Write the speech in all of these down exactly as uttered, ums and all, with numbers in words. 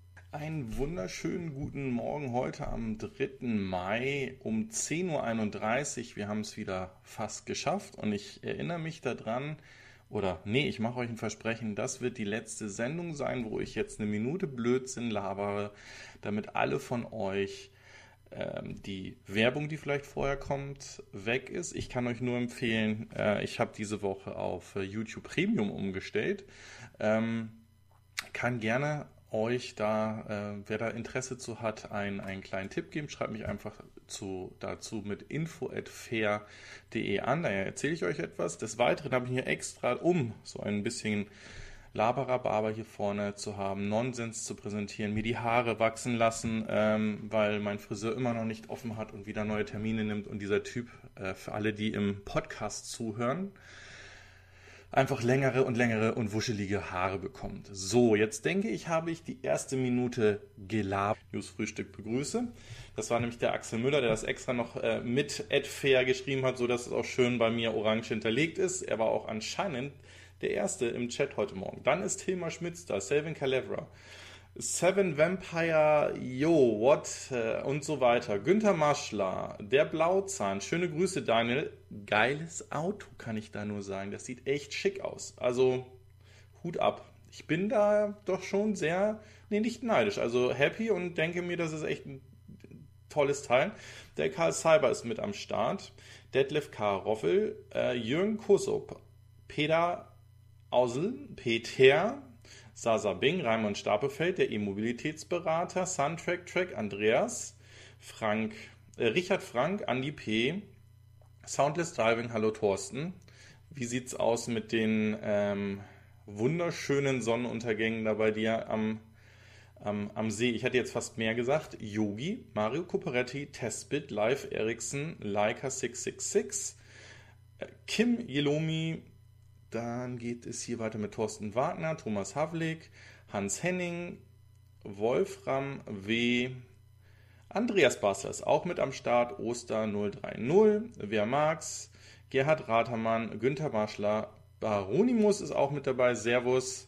Einen wunderschönen guten Morgen heute am dritten Mai um zehn Uhr einunddreißig. Wir haben es wieder fast geschafft und ich erinnere mich daran, oder nee, ich mache euch ein Versprechen, das wird die letzte Sendung sein, wo ich jetzt eine Minute Blödsinn labere, damit alle von euch ähm, die Werbung, die vielleicht vorher kommt, weg ist. Ich kann euch nur empfehlen, äh, ich habe diese Woche auf äh, YouTube Premium umgestellt. Ähm, kann gerne euch da, äh, wer da Interesse zu hat, einen, einen kleinen Tipp geben. Schreibt mich einfach zu, dazu mit info at fair punkt de an. Daher erzähle ich euch etwas. Des Weiteren habe ich hier extra, um so ein bisschen Laberababer hier vorne zu haben, Nonsens zu präsentieren, mir die Haare wachsen lassen, ähm, weil mein Friseur immer noch nicht offen hat und wieder neue Termine nimmt. Und dieser Typ, äh, für alle, die im Podcast zuhören, einfach längere und längere und wuschelige Haare bekommt. So, jetzt denke ich, habe ich die erste Minute gelabert. News-Frühstück begrüße. Das war nämlich der Axel Müller, der das extra noch äh, mit Adfair geschrieben hat, sodass es auch schön bei mir orange hinterlegt ist. Er war auch anscheinend der Erste im Chat heute Morgen. Dann ist Hilmar Schmitz da, Selvin Calevra, Seven Vampire, yo, what, äh, und so weiter. Günther Maschler, der Blauzahn, schöne Grüße, Daniel. Geiles Auto, kann ich da nur sagen. Das sieht echt schick aus. Also, Hut ab. Ich bin da doch schon sehr, nee, nicht neidisch, also happy und denke mir, das ist echt ein tolles Teil. Der Karl Cyber ist mit am Start. Detlef K. Roffel, äh, Jürgen Kussop, Peter Ausel, Peter, Sasa Bing, Raimund Stapelfeld, der E-Mobilitätsberater, Suntrack Track, Andreas, Frank, äh, Richard Frank, Andi P., Soundless Driving, hallo Thorsten. Wie sieht's aus mit den ähm, wunderschönen Sonnenuntergängen da bei dir am, am, am See? Ich hätte jetzt fast mehr gesagt. Yogi, Mario Cuperetti, Testbit, Live Ericsson, Leica sechs sechs sechs, äh, Kim Yelomi. Dann geht es hier weiter mit Thorsten Wagner, Thomas Havlik, Hans Henning, Wolfram W., Andreas Basser ist auch mit am Start, Oster null drei null, wer mag's, Gerhard Ratermann, Günther Maschler, Baronimus ist auch mit dabei, Servus.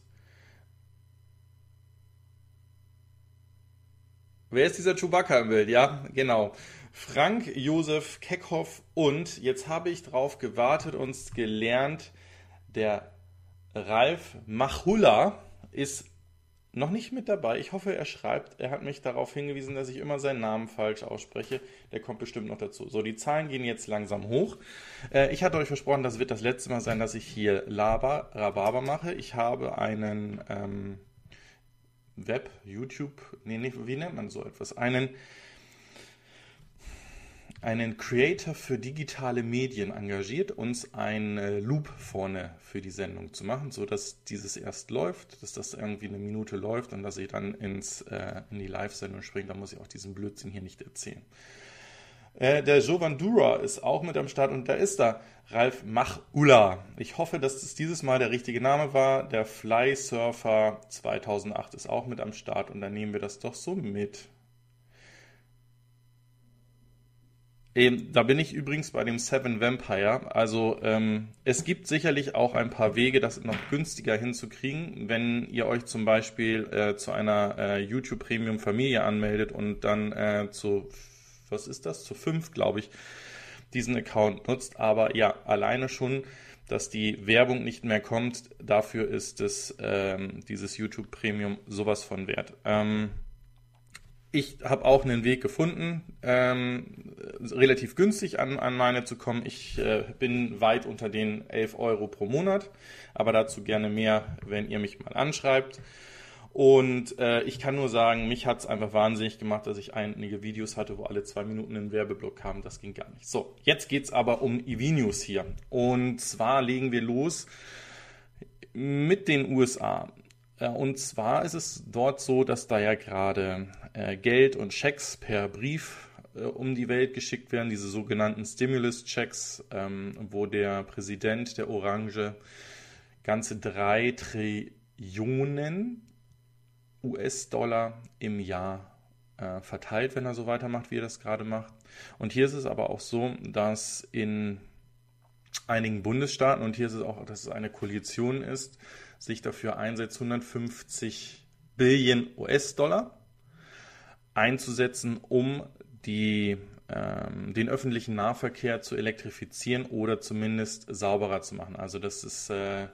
Wer ist dieser Chewbacca im Bild? Ja, genau. Frank Josef Keckhoff und jetzt habe ich drauf gewartet und gelernt, der Ralf Machulla ist noch nicht mit dabei. Ich hoffe, er schreibt. Er hat mich darauf hingewiesen, dass ich immer seinen Namen falsch ausspreche. Der kommt bestimmt noch dazu. So, die Zahlen gehen jetzt langsam hoch. Äh, ich hatte euch versprochen, das wird das letzte Mal sein, dass ich hier Laber, Rhabarber mache. Ich habe einen ähm, Web, YouTube, nee, nee, wie nennt man so etwas? Einen einen Creator für digitale Medien engagiert, uns einen äh, Loop vorne für die Sendung zu machen, sodass dieses erst läuft, dass das irgendwie eine Minute läuft und dass ich dann ins, äh, in die Live-Sendung springe. Da muss ich auch diesen Blödsinn hier nicht erzählen. Äh, der Jovan Dura ist auch mit am Start und da ist da Ralf Machulla. Ich hoffe, dass das dieses Mal der richtige Name war. Der Fly Surfer zweitausendacht ist auch mit am Start und dann nehmen wir das doch so mit. Ähm, da bin ich übrigens bei dem Seven Vampire. Also ähm, es gibt sicherlich auch ein paar Wege, das noch günstiger hinzukriegen, wenn ihr euch zum Beispiel äh, zu einer äh, YouTube Premium Familie anmeldet und dann äh, zu, was ist das, zu fünf, glaube ich, diesen Account nutzt. Aber ja, alleine schon, dass die Werbung nicht mehr kommt, dafür ist es ähm, dieses YouTube Premium sowas von wert. Ähm, Ich habe auch einen Weg gefunden, ähm, relativ günstig an, an meine zu kommen. Ich äh, bin weit unter den elf Euro pro Monat, aber dazu gerne mehr, wenn ihr mich mal anschreibt. Und äh, ich kann nur sagen, mich hat es einfach wahnsinnig gemacht, dass ich einige Videos hatte, wo alle zwei Minuten einen Werbeblock kamen. Das ging gar nicht. So, jetzt geht es aber um E V-News hier. Und zwar legen wir los mit den U S A. Und zwar ist es dort so, dass da ja gerade äh, Geld und Schecks per Brief äh, um die Welt geschickt werden, diese sogenannten Stimulus-Checks, ähm, wo der Präsident der Orange ganze drei Trillionen U S-Dollar im Jahr äh, verteilt, wenn er so weitermacht, wie er das gerade macht. Und hier ist es aber auch so, dass in einigen Bundesstaaten, und hier ist es auch, dass es eine Koalition ist, sich dafür einsetzt, hundertfünfzig Billionen U S-Dollar einzusetzen, um die, ähm, den öffentlichen Nahverkehr zu elektrifizieren oder zumindest sauberer zu machen. Also das ist, äh,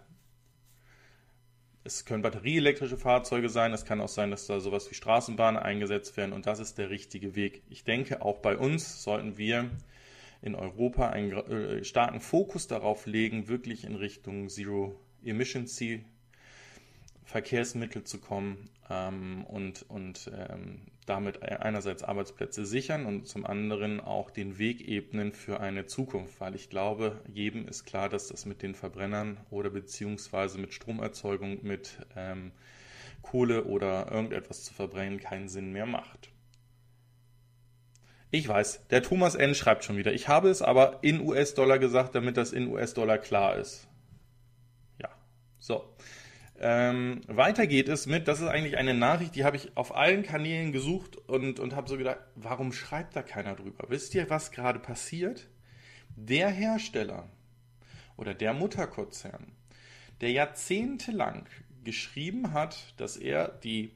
es können batterieelektrische Fahrzeuge sein, es kann auch sein, dass da sowas wie Straßenbahnen eingesetzt werden und das ist der richtige Weg. Ich denke, auch bei uns sollten wir in Europa einen äh, starken Fokus darauf legen, wirklich in Richtung Zero Emission Verkehrsmittel zu kommen ähm, und, und ähm, damit einerseits Arbeitsplätze sichern und zum anderen auch den Weg ebnen für eine Zukunft, weil ich glaube, jedem ist klar, dass das mit den Verbrennern oder beziehungsweise mit Stromerzeugung, mit ähm, Kohle oder irgendetwas zu verbrennen keinen Sinn mehr macht. Ich weiß, der Thomas N. schreibt schon wieder. Ich habe es aber in U S-Dollar gesagt, damit das in U S-Dollar klar ist. Ja, so. Ähm, weiter geht es mit, das ist eigentlich eine Nachricht, die habe ich auf allen Kanälen gesucht und, und habe so gedacht, warum schreibt da keiner drüber? Wisst ihr, was gerade passiert? Der Hersteller oder der Mutterkonzern, der jahrzehntelang geschrieben hat, dass er die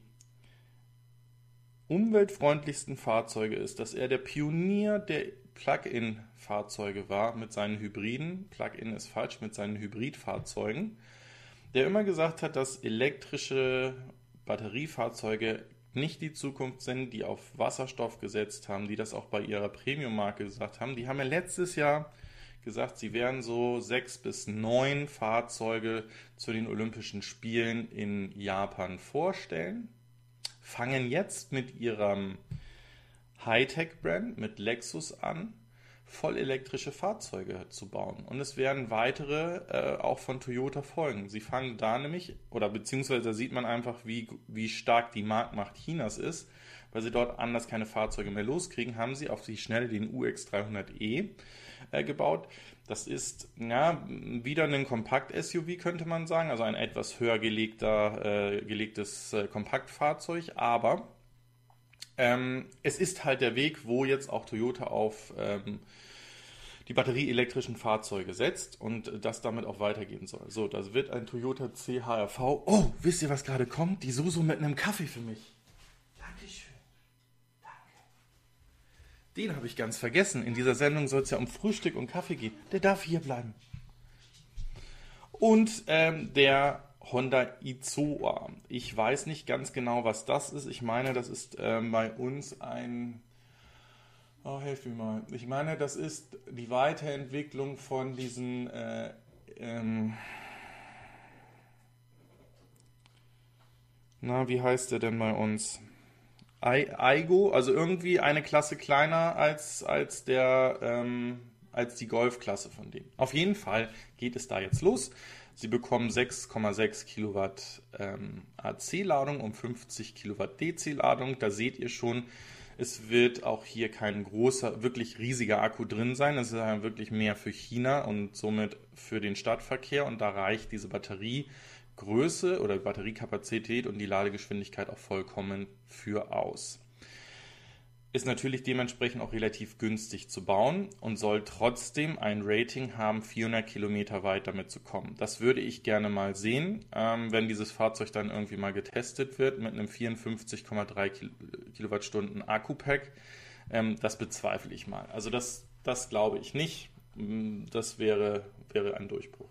umweltfreundlichsten Fahrzeuge ist, dass er der Pionier der Plug-in-Fahrzeuge war mit seinen Hybriden, Plug-in ist falsch, mit seinen Hybridfahrzeugen, der immer gesagt hat, dass elektrische Batteriefahrzeuge nicht die Zukunft sind, die auf Wasserstoff gesetzt haben, die das auch bei ihrer Premium-Marke gesagt haben. Die haben ja letztes Jahr gesagt, sie werden so sechs bis neun Fahrzeuge zu den Olympischen Spielen in Japan vorstellen, fangen jetzt mit ihrem Hightech-Brand, mit Lexus an, vollelektrische Fahrzeuge zu bauen. Und es werden weitere äh, auch von Toyota folgen. Sie fangen da nämlich, oder beziehungsweise da sieht man einfach, wie, wie stark die Marktmacht Chinas ist, weil sie dort anders keine Fahrzeuge mehr loskriegen, haben sie auf die Schnelle den U X dreihundert e äh, gebaut. Das ist ja, wieder ein Kompakt-S U V, könnte man sagen, also ein etwas höher gelegter, äh, gelegtes äh, Kompaktfahrzeug, aber ähm, es ist halt der Weg, wo jetzt auch Toyota auf ähm, die batterieelektrischen Fahrzeuge setzt und das damit auch weitergehen soll. So, das wird ein Toyota C H R V. Oh, wisst ihr, was gerade kommt? Die Susu mit einem Kaffee für mich. Dankeschön. Danke. Den habe ich ganz vergessen. In dieser Sendung soll es ja um Frühstück und Kaffee gehen. Der darf hier bleiben. Und ähm, der Honda Izoa. Ich weiß nicht ganz genau, was das ist. Ich meine, das ist äh, bei uns ein... Oh, helf mir mal. Ich meine, das ist die Weiterentwicklung von diesen... Äh, ähm, na, wie heißt der denn bei uns? I, Aigo, also irgendwie eine Klasse kleiner als, als der... Ähm, als die Golf-Klasse von denen. Auf jeden Fall geht es da jetzt los. Sie bekommen sechs Komma sechs Kilowatt ähm, A C-Ladung und fünfzig Kilowatt D C-Ladung. Da seht ihr schon, es wird auch hier kein großer, wirklich riesiger Akku drin sein. Es ist ja wirklich mehr für China und somit für den Stadtverkehr. Und da reicht diese Batteriegröße oder Batteriekapazität und die Ladegeschwindigkeit auch vollkommen für aus. Ist natürlich dementsprechend auch relativ günstig zu bauen und soll trotzdem ein Rating haben, vierhundert Kilometer weit damit zu kommen. Das würde ich gerne mal sehen, ähm, wenn dieses Fahrzeug dann irgendwie mal getestet wird mit einem vierundfünfzig Komma drei Kilowattstunden Akku-Pack. Ähm, das bezweifle ich mal. Also das, das glaube ich nicht. Das wäre, wäre ein Durchbruch.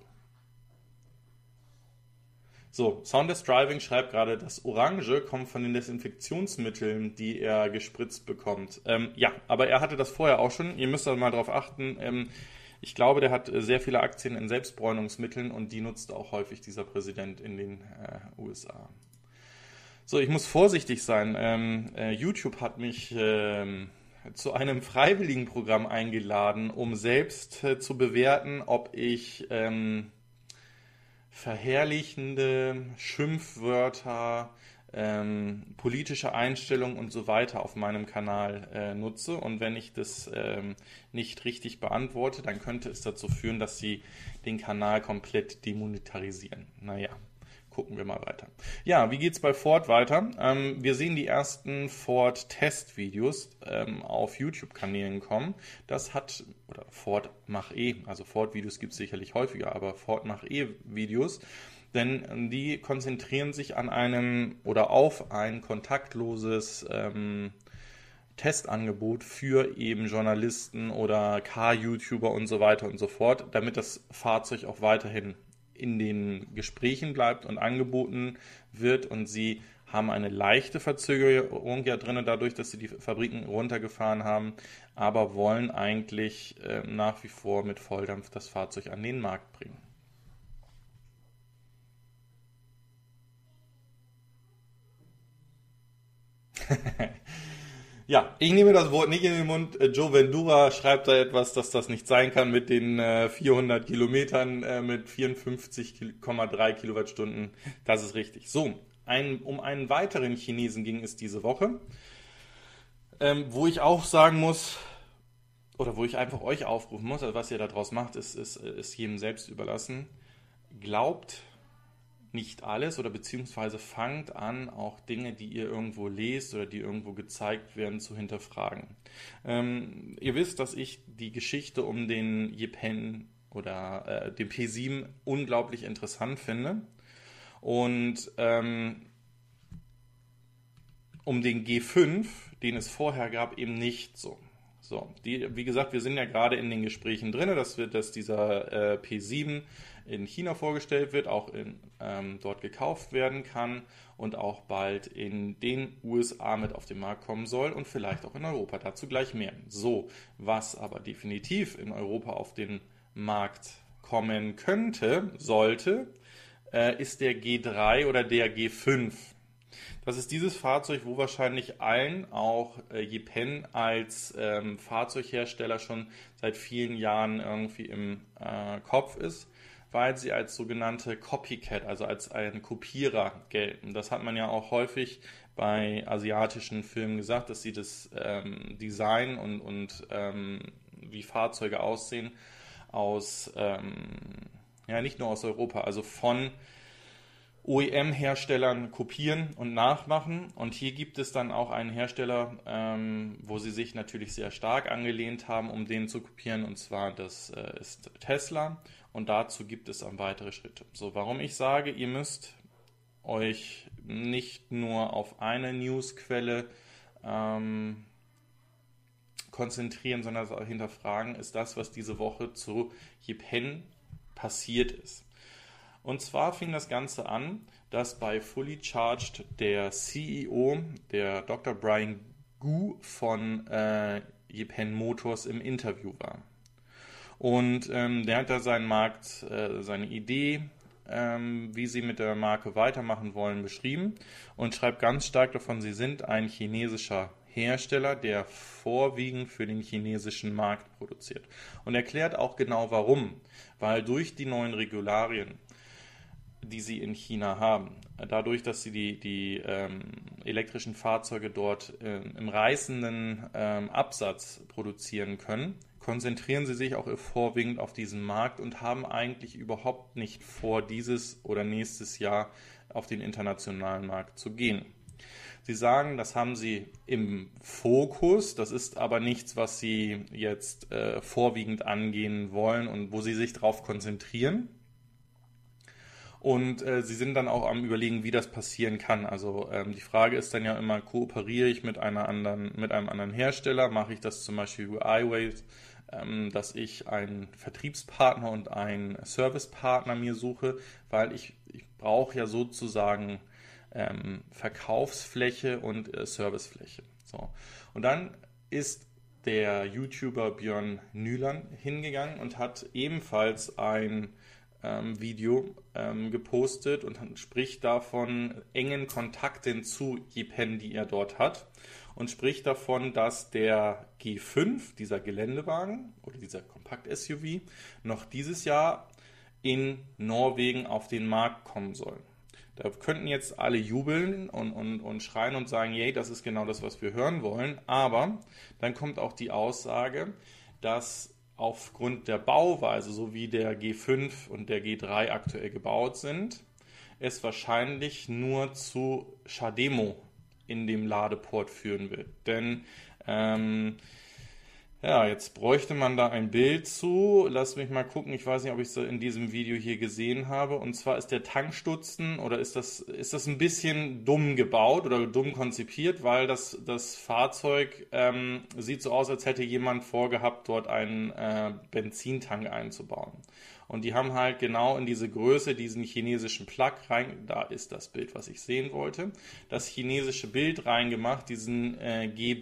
So, Soundless Driving schreibt gerade, das Orange kommt von den Desinfektionsmitteln, die er gespritzt bekommt. Ähm, ja, aber er hatte das vorher auch schon. Ihr müsst da mal drauf achten. Ähm, ich glaube, der hat sehr viele Aktien in Selbstbräunungsmitteln und die nutzt auch häufig dieser Präsident in den äh, U S A. So, ich muss vorsichtig sein. Ähm, äh, YouTube hat mich ähm, zu einem freiwilligen Programm eingeladen, um selbst äh, zu bewerten, ob ich... Ähm, verherrlichende Schimpfwörter, ähm, politische Einstellungen und so weiter auf meinem Kanal äh, nutze. Und wenn ich das ähm, nicht richtig beantworte, dann könnte es dazu führen, dass sie den Kanal komplett demonetarisieren. Naja, gucken wir mal weiter. Ja, wie geht's bei Ford weiter? Ähm, wir sehen die ersten Ford-Testvideos ähm, auf YouTube-Kanälen kommen. Das hat, oder Ford Mach-E, also Ford-Videos gibt es sicherlich häufiger, aber Ford Mach-E-Videos, denn die konzentrieren sich an einem oder auf ein kontaktloses ähm, Testangebot für eben Journalisten oder Car-YouTuber und so weiter und so fort, damit das Fahrzeug auch weiterhin in den Gesprächen bleibt und angeboten wird, und sie haben eine leichte Verzögerung ja drin, dadurch, dass sie die Fabriken runtergefahren haben, aber wollen eigentlich äh, nach wie vor mit Volldampf das Fahrzeug an den Markt bringen. Ja, ich nehme das Wort nicht in den Mund. Äh, Joe Vendura schreibt da etwas, dass das nicht sein kann mit den äh, vierhundert Kilometern äh, mit vierundfünfzig Komma drei Kilowattstunden. Das ist richtig. So, ein, um einen weiteren Chinesen ging es diese Woche, ähm, wo ich auch sagen muss, oder wo ich einfach euch aufrufen muss, also was ihr daraus macht, ist, ist, ist jedem selbst überlassen. Glaubt nicht alles oder beziehungsweise fangt an, auch Dinge, die ihr irgendwo lest oder die irgendwo gezeigt werden, zu hinterfragen. Ähm, ihr wisst, dass ich die Geschichte um den Yipen oder äh, den P sieben unglaublich interessant finde. Und ähm, um den G fünf, den es vorher gab, eben nicht so. So, die, wie gesagt, wir sind ja gerade in den Gesprächen drin, dass, wir, dass dieser äh, P sieben in China vorgestellt wird, auch in, ähm, dort gekauft werden kann und auch bald in den U S A mit auf den Markt kommen soll und vielleicht auch in Europa. Dazu gleich mehr. So, was aber definitiv in Europa auf den Markt kommen könnte, sollte, äh, ist der G drei oder der G fünf. Das ist dieses Fahrzeug, wo wahrscheinlich allen, auch äh, Yipen als ähm, Fahrzeughersteller, schon seit vielen Jahren irgendwie im äh, Kopf ist, weil sie als sogenannte Copycat, also als ein Kopierer gelten. Das hat man ja auch häufig bei asiatischen Filmen gesagt, dass sie das ähm, Design und, und ähm, wie Fahrzeuge aussehen aus, ähm, ja nicht nur aus Europa, also von O E M-Herstellern kopieren und nachmachen. Und hier gibt es dann auch einen Hersteller, ähm, wo sie sich natürlich sehr stark angelehnt haben, um den zu kopieren. Und zwar das äh, ist Tesla. Und dazu gibt es dann weitere Schritte. So, warum ich sage, ihr müsst euch nicht nur auf eine Newsquelle ähm, konzentrieren, sondern auch hinterfragen, ist das, was diese Woche zu Yipen passiert ist. Und zwar fing das Ganze an, dass bei Fully Charged der C E O, der Doktor Brian Gu von äh, Yipen Motors, im Interview war. Und ähm, der hat da seinen Markt, äh, seine Idee, ähm, wie sie mit der Marke weitermachen wollen, beschrieben und schreibt ganz stark davon, sie sind ein chinesischer Hersteller, der vorwiegend für den chinesischen Markt produziert. Und erklärt auch genau warum. Weil durch die neuen Regularien, die sie in China haben, dadurch, dass sie die, die ähm, elektrischen Fahrzeuge dort äh, im reißenden ähm, Absatz produzieren können, konzentrieren sie sich auch vorwiegend auf diesen Markt und haben eigentlich überhaupt nicht vor, dieses oder nächstes Jahr auf den internationalen Markt zu gehen. Sie sagen, das haben sie im Fokus, das ist aber nichts, was sie jetzt äh, vorwiegend angehen wollen und wo sie sich darauf konzentrieren. Und äh, sie sind dann auch am Überlegen, wie das passieren kann. Also ähm, die Frage ist dann ja immer, kooperiere ich mit einer anderen, mit einem anderen Hersteller? Mache ich das zum Beispiel über iWays, ähm, dass ich einen Vertriebspartner und einen Servicepartner mir suche, weil ich, ich brauche ja sozusagen ähm, Verkaufsfläche und äh, Servicefläche. So. Und dann ist der YouTuber Björn Nüland hingegangen und hat ebenfalls ein Ähm, Video ähm, gepostet und spricht davon engen Kontakten zu Yipen, die er dort hat, und spricht davon, dass der G fünf, dieser Geländewagen oder dieser Kompakt-S U V, noch dieses Jahr in Norwegen auf den Markt kommen soll. Da könnten jetzt alle jubeln und, und, und schreien und sagen, yay, das ist genau das, was wir hören wollen, aber dann kommt auch die Aussage, dass aufgrund der Bauweise, so wie der G fünf und der G drei aktuell gebaut sind, es wahrscheinlich nur zu Chademo in dem Ladeport führen wird. Denn ähm, Ja, jetzt bräuchte man da ein Bild zu. Lass mich mal gucken. Ich weiß nicht, ob ich es in diesem Video hier gesehen habe. Und zwar ist der Tankstutzen oder ist das, ist das ein bisschen dumm gebaut oder dumm konzipiert, weil das, das Fahrzeug ähm, sieht so aus, als hätte jemand vorgehabt, dort einen äh, Benzintank einzubauen. Und die haben halt genau in diese Größe diesen chinesischen Plug rein, da ist das Bild, was ich sehen wollte, das chinesische Bild reingemacht, diesen äh, G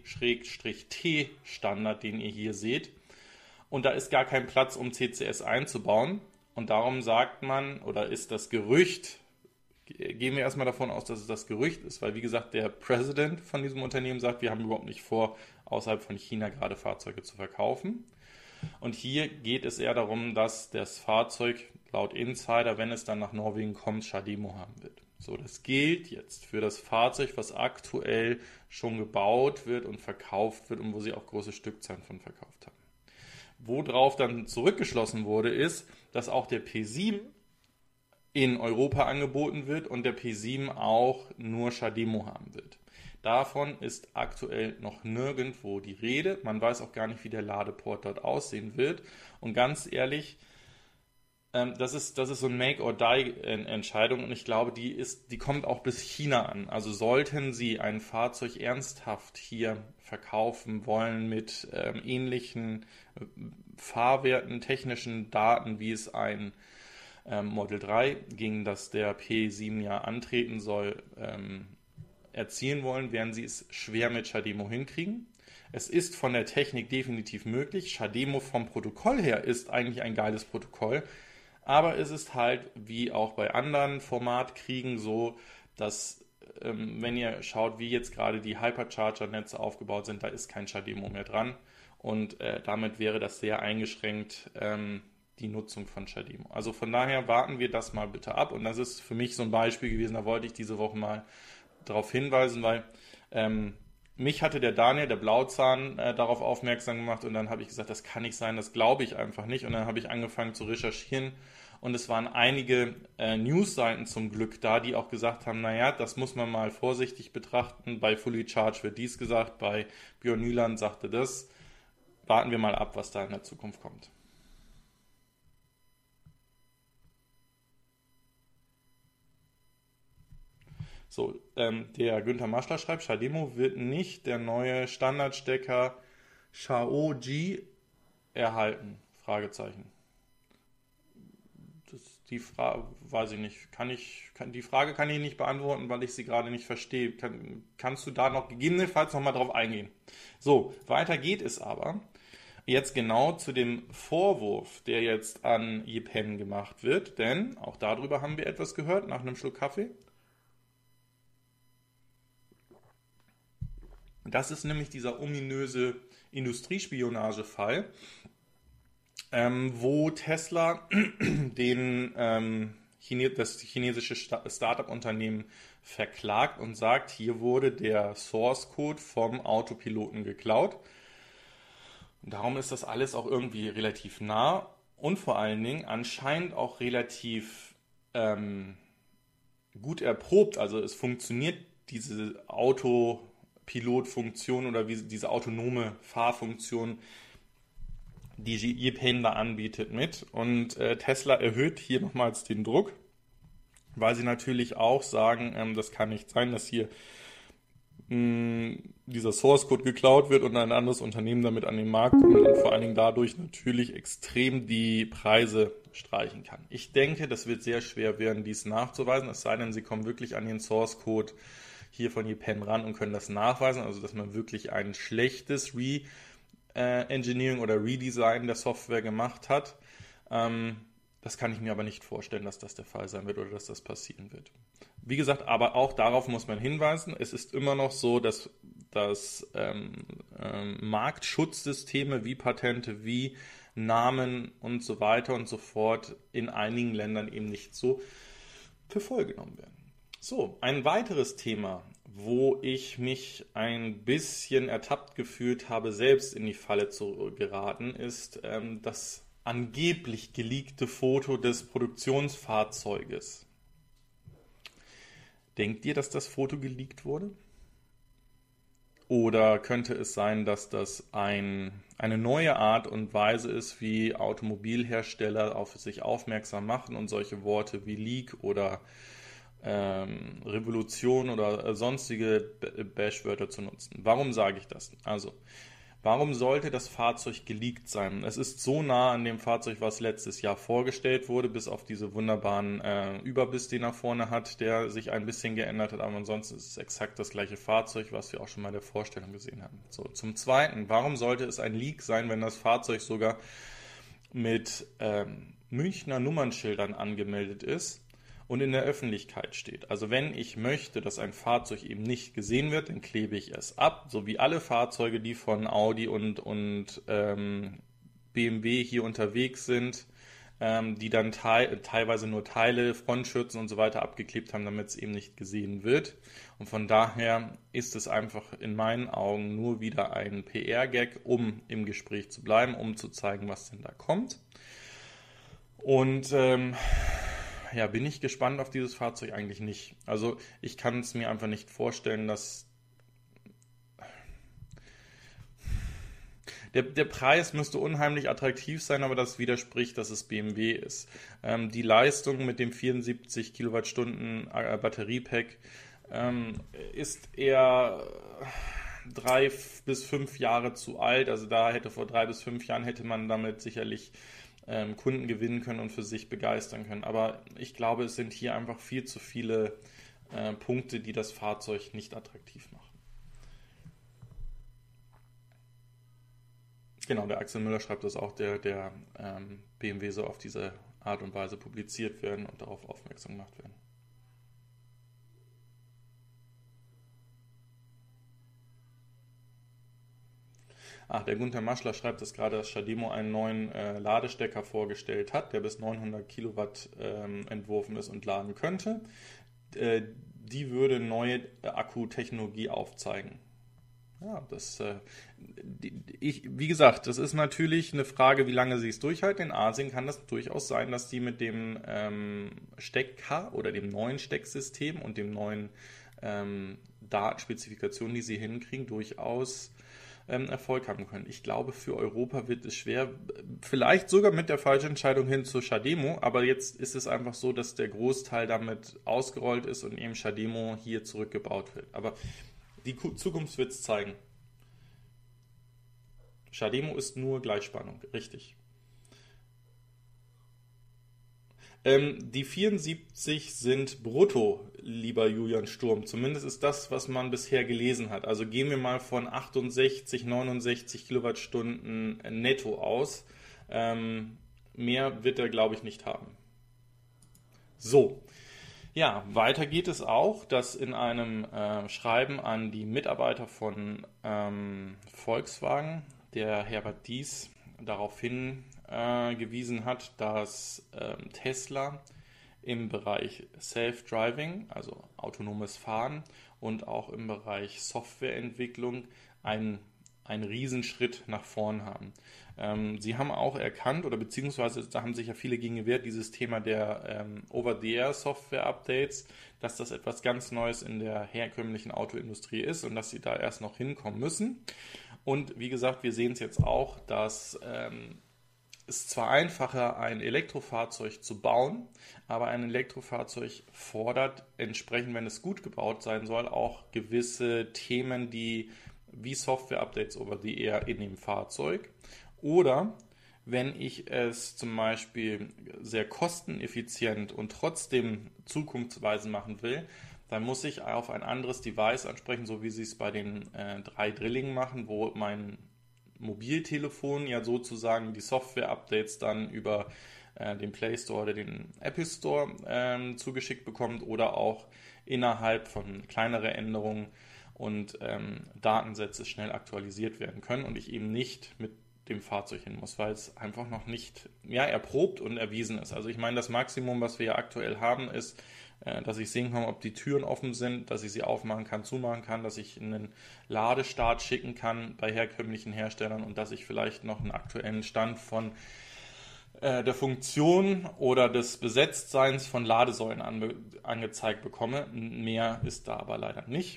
B-T-Standard, den ihr hier seht. Und da ist gar kein Platz, um C C S einzubauen. Und darum sagt man, oder ist das Gerücht, gehen wir erstmal davon aus, dass es das Gerücht ist, weil wie gesagt, der Präsident von diesem Unternehmen sagt, wir haben überhaupt nicht vor, außerhalb von China gerade Fahrzeuge zu verkaufen. Und hier geht es eher darum, dass das Fahrzeug laut Insider, wenn es dann nach Norwegen kommt, CHAdeMO haben wird. So, das gilt jetzt für das Fahrzeug, was aktuell schon gebaut wird und verkauft wird und wo sie auch große Stückzahlen von verkauft haben. Worauf dann zurückgeschlossen wurde, ist, dass auch der P sieben in Europa angeboten wird und der P sieben auch nur CHAdeMO haben wird. Davon ist aktuell noch nirgendwo die Rede. Man weiß auch gar nicht, wie der Ladeport dort aussehen wird. Und ganz ehrlich, ähm, das ist, das ist so eine Make-or-Die-Entscheidung und ich glaube, die ist, die kommt auch bis China an. Also sollten Sie ein Fahrzeug ernsthaft hier verkaufen wollen mit ähm, ähnlichen äh, Fahrwerten, technischen Daten, wie es ein ähm, Model drei, gegen das der P sieben ja antreten soll, ähm, erzielen wollen, werden sie es schwer mit CHAdeMO hinkriegen. Es ist von der Technik definitiv möglich. CHAdeMO vom Protokoll her ist eigentlich ein geiles Protokoll, aber es ist halt wie auch bei anderen Formatkriegen so, dass ähm, wenn ihr schaut, wie jetzt gerade die Hypercharger-Netze aufgebaut sind, da ist kein CHAdeMO mehr dran und äh, damit wäre das sehr eingeschränkt, ähm, die Nutzung von CHAdeMO. Also von daher warten wir das mal bitte ab und das ist für mich so ein Beispiel gewesen, da wollte ich diese Woche mal darauf hinweisen, weil ähm, mich hatte der Daniel, der Blauzahn, äh, darauf aufmerksam gemacht und dann habe ich gesagt, das kann nicht sein, das glaube ich einfach nicht und dann habe ich angefangen zu recherchieren und es waren einige äh, Newsseiten zum Glück da, die auch gesagt haben, naja, das muss man mal vorsichtig betrachten, bei Fully Charged wird dies gesagt, bei Björn Nyland sagte das, warten wir mal ab, was da in der Zukunft kommt. So, ähm, der Günther Maschler schreibt, CHAdeMO wird nicht der neue Standardstecker Xiaoji erhalten? Fragezeichen. Das, die Frage, weiß ich nicht. Kann ich, kann, die Frage kann ich nicht beantworten, weil ich sie gerade nicht verstehe. Kann, kannst du da noch gegebenenfalls nochmal drauf eingehen? So, weiter geht es aber. Jetzt genau zu dem Vorwurf, der jetzt an Jepen gemacht wird, denn auch darüber haben wir etwas gehört nach einem Schluck Kaffee. Das ist nämlich dieser ominöse Industriespionagefall, ähm, wo Tesla den, ähm, Chine das chinesische Startup-Unternehmen verklagt und sagt, hier wurde der Source-Code vom Autopiloten geklaut. Und darum ist das alles auch irgendwie relativ nah und vor allen Dingen anscheinend auch relativ ähm, gut erprobt. Also es funktioniert diese Auto Pilotfunktion oder wie diese autonome Fahrfunktion, die Jepen da anbietet, mit. Und äh, Tesla erhöht hier nochmals den Druck, weil sie natürlich auch sagen, ähm, das kann nicht sein, dass hier mh, dieser Source Code geklaut wird und ein anderes Unternehmen damit an den Markt kommt und vor allen Dingen dadurch natürlich extrem die Preise streichen kann. Ich denke, das wird sehr schwer werden, dies nachzuweisen, es sei denn, sie kommen wirklich an den Source Code hier von Jepen ran und können das nachweisen, also dass man wirklich ein schlechtes Re-Engineering oder Redesign der Software gemacht hat. Ähm, das kann ich mir aber nicht vorstellen, dass das der Fall sein wird oder dass das passieren wird. Wie gesagt, aber auch darauf muss man hinweisen, es ist immer noch so, dass, dass ähm, ähm, Marktschutzsysteme wie Patente, wie Namen und so weiter und so fort in einigen Ländern eben nicht so für voll genommen werden. So, ein weiteres Thema, wo ich mich ein bisschen ertappt gefühlt habe, selbst in die Falle zu geraten, ist ähm, das angeblich geleakte Foto des Produktionsfahrzeuges. Denkt ihr, dass das Foto geleakt wurde? Oder könnte es sein, dass das ein, eine neue Art und Weise ist, wie Automobilhersteller auf sich aufmerksam machen und solche Worte wie Leak oder ähm, Revolution oder sonstige Bashwörter zu nutzen? Warum sage ich das? Also, warum sollte das Fahrzeug geleakt sein? Es ist so nah an dem Fahrzeug, was letztes Jahr vorgestellt wurde, bis auf diese wunderbaren äh, Überbiss, den er vorne hat, der sich ein bisschen geändert hat. Aber ansonsten ist es exakt das gleiche Fahrzeug, was wir auch schon mal in der Vorstellung gesehen haben. So, zum Zweiten, warum sollte es ein Leak sein, wenn das Fahrzeug sogar mit ähm, Münchner Nummernschildern angemeldet ist und in der Öffentlichkeit steht? Also wenn ich möchte, dass ein Fahrzeug eben nicht gesehen wird, dann klebe ich es ab, so wie alle Fahrzeuge, die von Audi und, und ähm, B M W hier unterwegs sind, ähm, die dann te- teilweise nur Teile, Frontschürzen und so weiter abgeklebt haben, damit es eben nicht gesehen wird. Und von daher ist es einfach in meinen Augen nur wieder ein P R-Gag, um im Gespräch zu bleiben, um zu zeigen, was denn da kommt. Und ähm, ja, bin ich gespannt auf dieses Fahrzeug? Eigentlich nicht. Also ich kann es mir einfach nicht vorstellen, dass der, der Preis müsste unheimlich attraktiv sein, aber das widerspricht, dass es B M W ist. Ähm, die Leistung mit dem vierundsiebzig Kilowattstunden äh, Batteriepack ähm, ist eher drei bis fünf Jahre zu alt. Also da hätte vor drei bis fünf Jahren hätte man damit sicherlich ähm, Kunden gewinnen können und für sich begeistern können. Aber ich glaube, es sind hier einfach viel zu viele äh, Punkte, die das Fahrzeug nicht attraktiv machen. Genau, der Axel Müller schreibt das auch, der, der ähm, B M W soll auf diese Art und Weise publiziert werden und darauf aufmerksam gemacht werden. Ah, der Gunther Maschler schreibt das gerade, dass Shademo einen neuen äh, Ladestecker vorgestellt hat, der bis neunhundert Kilowatt ähm, entworfen ist und laden könnte. Äh, die würde neue Akkutechnologie aufzeigen. Ja, das, äh, die, ich, wie gesagt, das ist natürlich eine Frage, wie lange sie es durchhalten. In Asien kann das durchaus sein, dass die mit dem ähm, Stecker oder dem neuen Stecksystem und dem neuen ähm, Datenspezifikationen, die sie hinkriegen, durchaus ähm, Erfolg haben können. Ich glaube, für Europa wird es schwer, vielleicht sogar mit der falschen Entscheidung hin zu Shademo, aber jetzt ist es einfach so, dass der Großteil damit ausgerollt ist und eben Shademo hier zurückgebaut wird. Aber die Zukunft wird es zeigen. Shademo ist nur Gleichspannung, richtig. Ähm, die vierundsiebzig sind brutto, lieber Julian Sturm. Zumindest ist das, was man bisher gelesen hat. Also gehen wir mal von achtundsechzig, neunundsechzig Kilowattstunden netto aus. Ähm, mehr wird er, glaube ich, nicht haben. So. Ja, weiter geht es auch, dass in einem äh, Schreiben an die Mitarbeiter von ähm, Volkswagen der Herbert Dies darauf hingewiesen äh, hat, dass ähm, Tesla im Bereich Self-Driving, also autonomes Fahren und auch im Bereich Softwareentwicklung einen, einen Riesenschritt nach vorn haben. Ähm, sie haben auch erkannt, oder beziehungsweise da haben sich ja viele gegen gewehrt, dieses Thema der ähm, Over-the-Air-Software-Updates, dass das etwas ganz Neues in der herkömmlichen Autoindustrie ist und dass sie da erst noch hinkommen müssen. Und wie gesagt, wir sehen es jetzt auch, dass ähm, es zwar einfacher, ein Elektrofahrzeug zu bauen, aber ein Elektrofahrzeug fordert entsprechend, wenn es gut gebaut sein soll, auch gewisse Themen, die wie Software-Updates over the air in dem Fahrzeug. Oder wenn ich es zum Beispiel sehr kosteneffizient und trotzdem zukunftsweisend machen will, dann muss ich auf ein anderes Device ansprechen, so wie sie es bei den äh, drei Drillingen machen, wo mein Mobiltelefon ja sozusagen die Software-Updates dann über äh, den Play Store oder den Apple Store ähm, zugeschickt bekommt oder auch innerhalb von kleineren Änderungen und ähm, Datensätze schnell aktualisiert werden können und ich eben nicht mit dem Fahrzeug hin muss, weil es einfach noch nicht ja, erprobt und erwiesen ist. Also ich meine, das Maximum, was wir ja aktuell haben, ist, äh, dass ich sehen kann, ob die Türen offen sind, dass ich sie aufmachen kann, zumachen kann, dass ich einen Ladestart schicken kann bei herkömmlichen Herstellern und dass ich vielleicht noch einen aktuellen Stand von äh, der Funktion oder des Besetztseins von Ladesäulen ange- angezeigt bekomme. Mehr ist da aber leider nicht.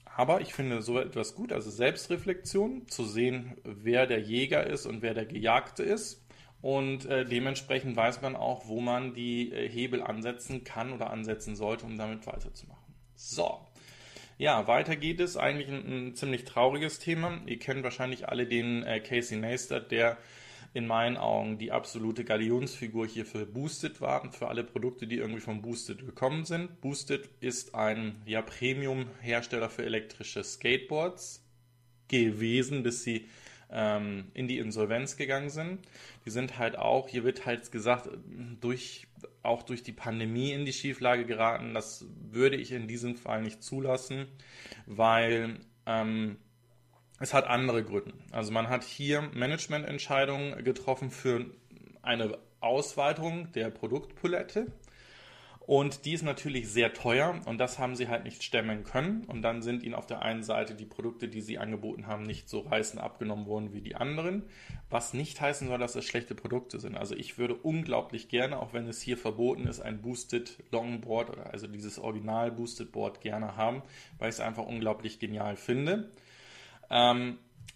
Aber ich finde so etwas gut, also Selbstreflexion, zu sehen, wer der Jäger ist und wer der Gejagte ist. Und äh, dementsprechend weiß man auch, wo man die äh, Hebel ansetzen kann oder ansetzen sollte, um damit weiterzumachen. So, ja, weiter geht es. Eigentlich ein, ein ziemlich trauriges Thema. Ihr kennt wahrscheinlich alle den äh, Casey Neistat, der in meinen Augen die absolute Galionsfigur hier für Boosted war, für alle Produkte, die irgendwie von Boosted gekommen sind. Boosted ist ein ja, Premium-Hersteller für elektrische Skateboards gewesen, bis sie ähm, in die Insolvenz gegangen sind. Die sind halt auch, hier wird halt gesagt, durch, auch durch die Pandemie in die Schieflage geraten. Das würde ich in diesem Fall nicht zulassen, weil ähm, es hat andere Gründe. Also man hat hier Managemententscheidungen getroffen für eine Ausweitung der Produktpalette. Und die ist natürlich sehr teuer und das haben sie halt nicht stemmen können. Und dann sind ihnen auf der einen Seite die Produkte, die sie angeboten haben, nicht so reißend abgenommen worden wie die anderen. Was nicht heißen soll, dass es schlechte Produkte sind. Also ich würde unglaublich gerne, auch wenn es hier verboten ist, ein Boosted Longboard oder also dieses Original Boosted Board gerne haben, weil ich es einfach unglaublich genial finde. Ähm,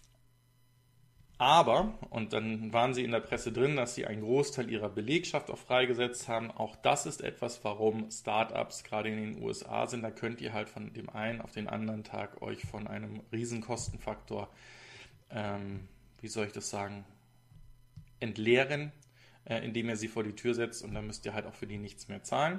Aber, und dann waren sie in der Presse drin, dass sie einen Großteil ihrer Belegschaft auch freigesetzt haben. Auch das ist etwas, warum Startups gerade in den U S A sind. Da könnt ihr halt von dem einen auf den anderen Tag euch von einem riesen Kostenfaktor, ähm, wie soll ich das sagen, entleeren, äh, indem ihr sie vor die Tür setzt und dann müsst ihr halt auch für die nichts mehr zahlen.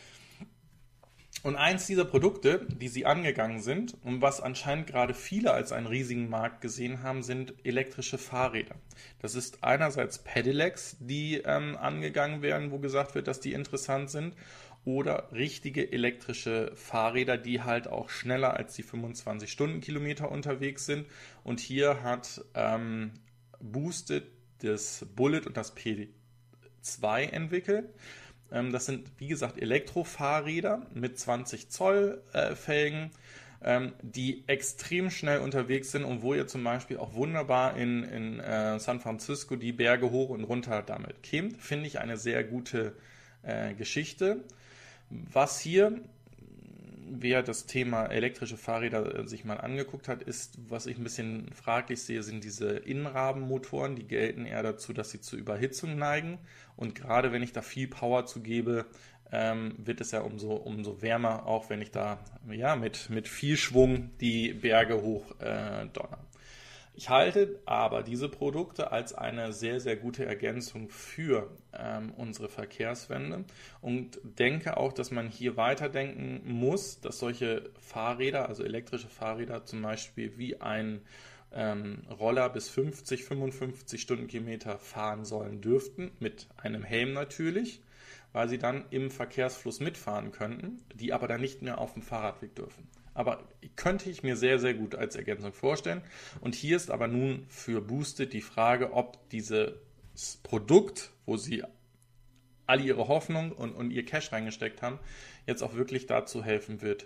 Und eins dieser Produkte, die sie angegangen sind und was anscheinend gerade viele als einen riesigen Markt gesehen haben, sind elektrische Fahrräder. Das ist einerseits Pedelecs, die ähm, angegangen werden, wo gesagt wird, dass die interessant sind, oder richtige elektrische Fahrräder, die halt auch schneller als die fünfundzwanzig Stundenkilometer unterwegs sind. Und hier hat ähm, Boosted das Bullet und das P zwei entwickelt. Das sind, wie gesagt, Elektrofahrräder mit zwanzig Zoll äh, Felgen, ähm, die extrem schnell unterwegs sind und wo ihr zum Beispiel auch wunderbar in, in äh, San Francisco die Berge hoch und runter damit kämt. Finde ich eine sehr gute äh, Geschichte. Was hier, wer das Thema elektrische Fahrräder sich mal angeguckt hat, ist, was ich ein bisschen fraglich sehe, sind diese Innenrabenmotoren. Die gelten eher dazu, dass sie zur Überhitzung neigen. Und gerade wenn ich da viel Power zugebe, ähm, wird es ja umso, umso wärmer, auch wenn ich da ja, mit, mit viel Schwung die Berge hoch äh, donner. Ich halte aber diese Produkte als eine sehr, sehr gute Ergänzung für ähm, unsere Verkehrswende und denke auch, dass man hier weiterdenken muss, dass solche Fahrräder, also elektrische Fahrräder zum Beispiel wie ein ähm, Roller bis fünfzig, fünfundfünfzig Stundenkilometer fahren sollen dürften, mit einem Helm natürlich, weil sie dann im Verkehrsfluss mitfahren könnten, die aber dann nicht mehr auf dem Fahrradweg dürfen. Aber könnte ich mir sehr, sehr gut als Ergänzung vorstellen. Und hier ist aber nun für Boosted die Frage, ob dieses Produkt, wo sie alle ihre Hoffnung und, und ihr Cash reingesteckt haben, jetzt auch wirklich dazu helfen wird,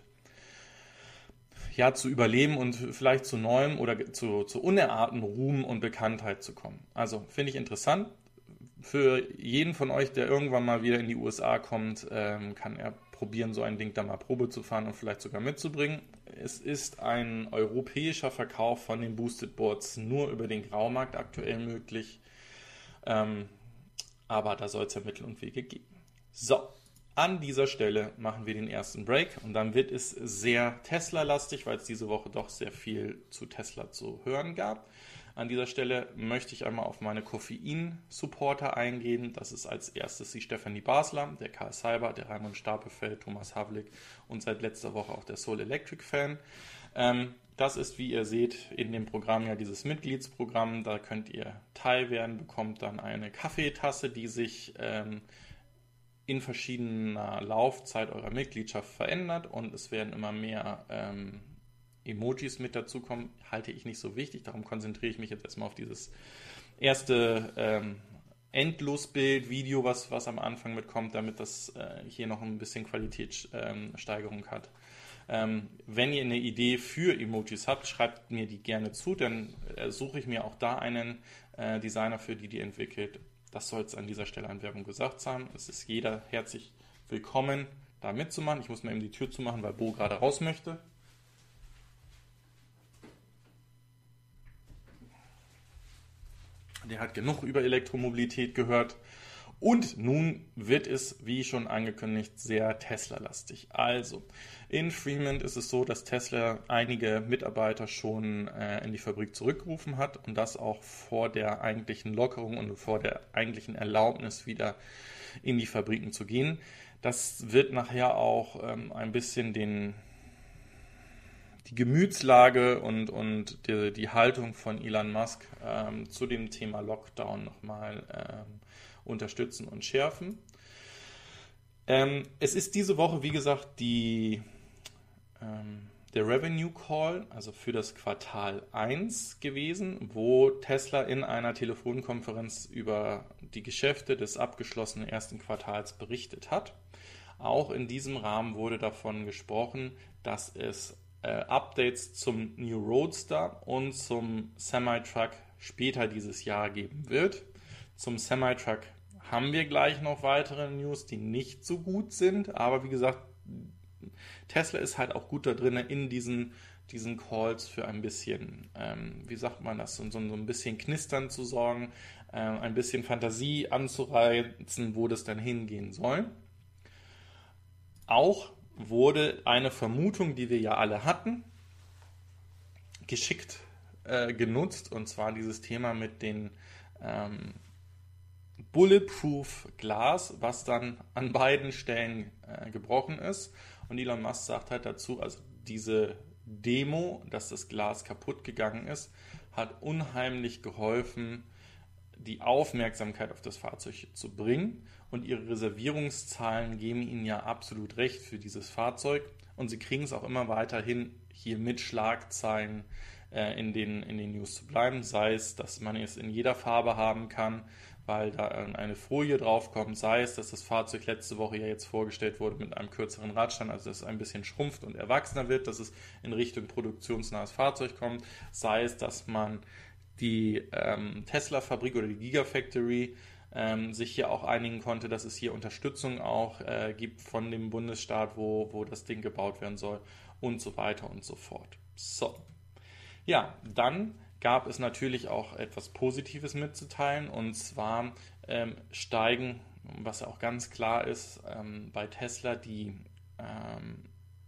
ja, zu überleben und vielleicht zu neuem oder zu, zu unerarten Ruhm und Bekanntheit zu kommen. Also finde ich interessant. Für jeden von euch, der irgendwann mal wieder in die U S A kommt, ähm, kann er probieren, so ein Ding da mal Probe zu fahren und vielleicht sogar mitzubringen. Es ist ein europäischer Verkauf von den Boosted Boards nur über den Graumarkt aktuell möglich. Ähm, aber da soll es ja Mittel und Wege geben. So, an dieser Stelle machen wir den ersten Break und dann wird es sehr Tesla-lastig, weil es diese Woche doch sehr viel zu Tesla zu hören gab. An dieser Stelle möchte ich einmal auf meine Koffein-Supporter eingehen. Das ist als erstes die Stefanie Basler, der Karl Seiber, der Raimund Stapelfeld, Thomas Havlik und seit letzter Woche auch der Soul Electric Fan. Ähm, das ist, wie ihr seht, in dem Programm ja dieses Mitgliedsprogramm. Da könnt ihr Teil werden, bekommt dann eine Kaffeetasse, die sich ähm, in verschiedener Laufzeit eurer Mitgliedschaft verändert und es werden immer mehr ähm, Emojis mit dazukommen, halte ich nicht so wichtig. Darum konzentriere ich mich jetzt erstmal auf dieses erste ähm, Endlosbild, Video, was, was am Anfang mitkommt, damit das äh, hier noch ein bisschen Qualitätssteigerung ähm, hat. Ähm, wenn ihr eine Idee für Emojis habt, schreibt mir die gerne zu, dann äh, suche ich mir auch da einen äh, Designer für, die die entwickelt. Das soll es an dieser Stelle an Werbung gesagt sein. Es ist jeder herzlich willkommen, da mitzumachen. Ich muss mal eben die Tür zumachen, weil Bo gerade raus möchte. Der hat genug über Elektromobilität gehört. Und nun wird es, wie schon angekündigt, sehr Tesla-lastig. Also, in Fremont ist es so, dass Tesla einige Mitarbeiter schon äh, in die Fabrik zurückgerufen hat und das auch vor der eigentlichen Lockerung und vor der eigentlichen Erlaubnis, wieder in die Fabriken zu gehen. Das wird nachher auch ähm, ein bisschen den, die Gemütslage und, und die, die Haltung von Elon Musk ähm, zu dem Thema Lockdown nochmal ähm, unterstützen und schärfen. Ähm, es ist diese Woche, wie gesagt, die, ähm, der Revenue Call, also für das Quartal eins gewesen, wo Tesla in einer Telefonkonferenz über die Geschäfte des abgeschlossenen ersten Quartals berichtet hat. Auch in diesem Rahmen wurde davon gesprochen, dass es äh, Updates zum New Roadster und zum Semi-Truck später dieses Jahr geben wird. Zum Semi-Truck haben wir gleich noch weitere News, die nicht so gut sind, aber wie gesagt, Tesla ist halt auch gut da drin, in diesen, diesen Calls für ein bisschen, ähm, wie sagt man das, so, so ein bisschen Knistern zu sorgen, äh, ein bisschen Fantasie anzureizen, wo das dann hingehen soll. Auch wurde eine Vermutung, die wir ja alle hatten, geschickt äh, genutzt, und zwar dieses Thema mit den ähm, Bulletproof Glas, was dann an beiden Stellen äh, gebrochen ist. Und Elon Musk sagt halt dazu, also diese Demo, dass das Glas kaputt gegangen ist, hat unheimlich geholfen, die Aufmerksamkeit auf das Fahrzeug zu bringen. Und ihre Reservierungszahlen geben ihnen ja absolut recht für dieses Fahrzeug. Und sie kriegen es auch immer weiterhin, hier mit Schlagzeilen äh, in den, in den News zu bleiben. Sei es, dass man es in jeder Farbe haben kann, weil da eine Folie draufkommt, sei es, dass das Fahrzeug letzte Woche ja jetzt vorgestellt wurde mit einem kürzeren Radstand, also dass es ein bisschen schrumpft und erwachsener wird, dass es in Richtung produktionsnahes Fahrzeug kommt, sei es, dass man die ähm, Tesla-Fabrik oder die Gigafactory ähm, sich hier auch einigen konnte, dass es hier Unterstützung auch äh, gibt von dem Bundesstaat, wo, wo das Ding gebaut werden soll und so weiter und so fort. So, ja, dann gab es natürlich auch etwas Positives mitzuteilen, und zwar ähm, steigen, was auch ganz klar ist, ähm, bei Tesla die, ähm,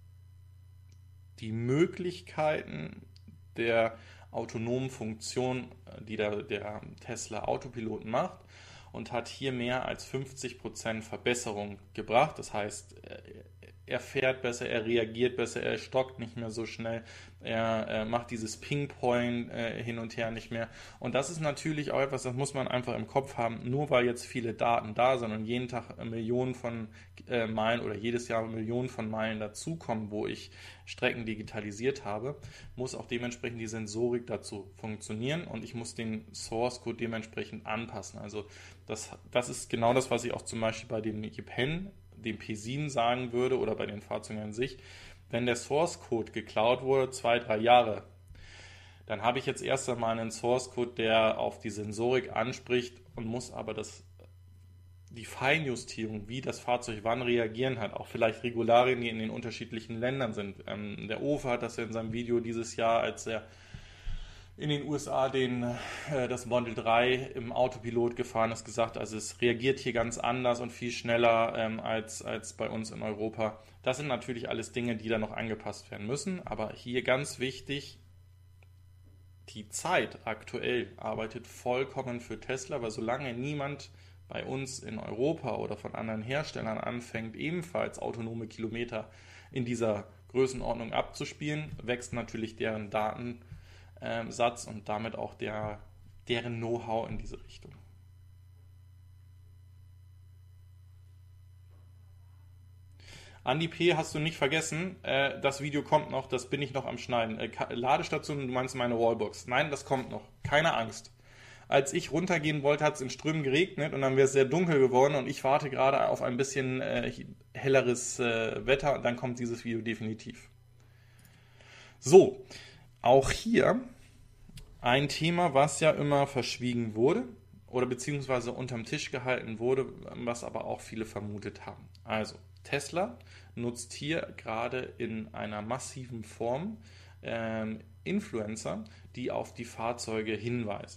die Möglichkeiten der autonomen Funktion, die der, der Tesla Autopilot macht, und hat hier mehr als fünfzig Prozent Verbesserung gebracht. Das heißt, er fährt besser, er reagiert besser, er stockt nicht mehr so schnell, er äh, macht dieses Ping-Pong äh, hin und her nicht mehr. Und das ist natürlich auch etwas, das muss man einfach im Kopf haben, nur weil jetzt viele Daten da sind und jeden Tag Millionen von äh, Meilen oder jedes Jahr Millionen von Meilen dazukommen, wo ich Strecken digitalisiert habe, muss auch dementsprechend die Sensorik dazu funktionieren, und ich muss den Source-Code dementsprechend anpassen. Also das, das ist genau das, was ich auch zum Beispiel bei dem Jeep-Hen, dem P sieben sagen würde, oder bei den Fahrzeugen an sich. Wenn der Source Code geklaut wurde, zwei, drei Jahre, dann habe ich jetzt erst einmal einen Source Code, der auf die Sensorik anspricht, und muss aber das, die Feinjustierung, wie das Fahrzeug wann reagieren hat, auch vielleicht Regularien, die in den unterschiedlichen Ländern sind. Ähm, der Ofe hat das ja in seinem Video dieses Jahr, als er in den U S A den, äh, das Model drei im Autopilot gefahren ist, gesagt, also es reagiert hier ganz anders und viel schneller ähm, als, als bei uns in Europa. Das sind natürlich alles Dinge, die da noch angepasst werden müssen, aber hier ganz wichtig, die Zeit aktuell arbeitet vollkommen für Tesla, weil solange niemand bei uns in Europa oder von anderen Herstellern anfängt, ebenfalls autonome Kilometer in dieser Größenordnung abzuspielen, wächst natürlich deren Daten Satz und damit auch der, deren Know-how in diese Richtung. Andi P. hast du nicht vergessen, äh, das Video kommt noch, das bin ich noch am Schneiden. Äh, Ladestation, du meinst meine Wallbox. Nein, das kommt noch, keine Angst. Als ich runtergehen wollte, hat es in Strömen geregnet und dann wäre es sehr dunkel geworden, und ich warte gerade auf ein bisschen äh, helleres äh, Wetter, und dann kommt dieses Video definitiv. So, auch hier ein Thema, was ja immer verschwiegen wurde oder beziehungsweise unterm Tisch gehalten wurde, was aber auch viele vermutet haben. Also Tesla nutzt hier gerade in einer massiven Form ähm, Influencer, die auf die Fahrzeuge hinweisen.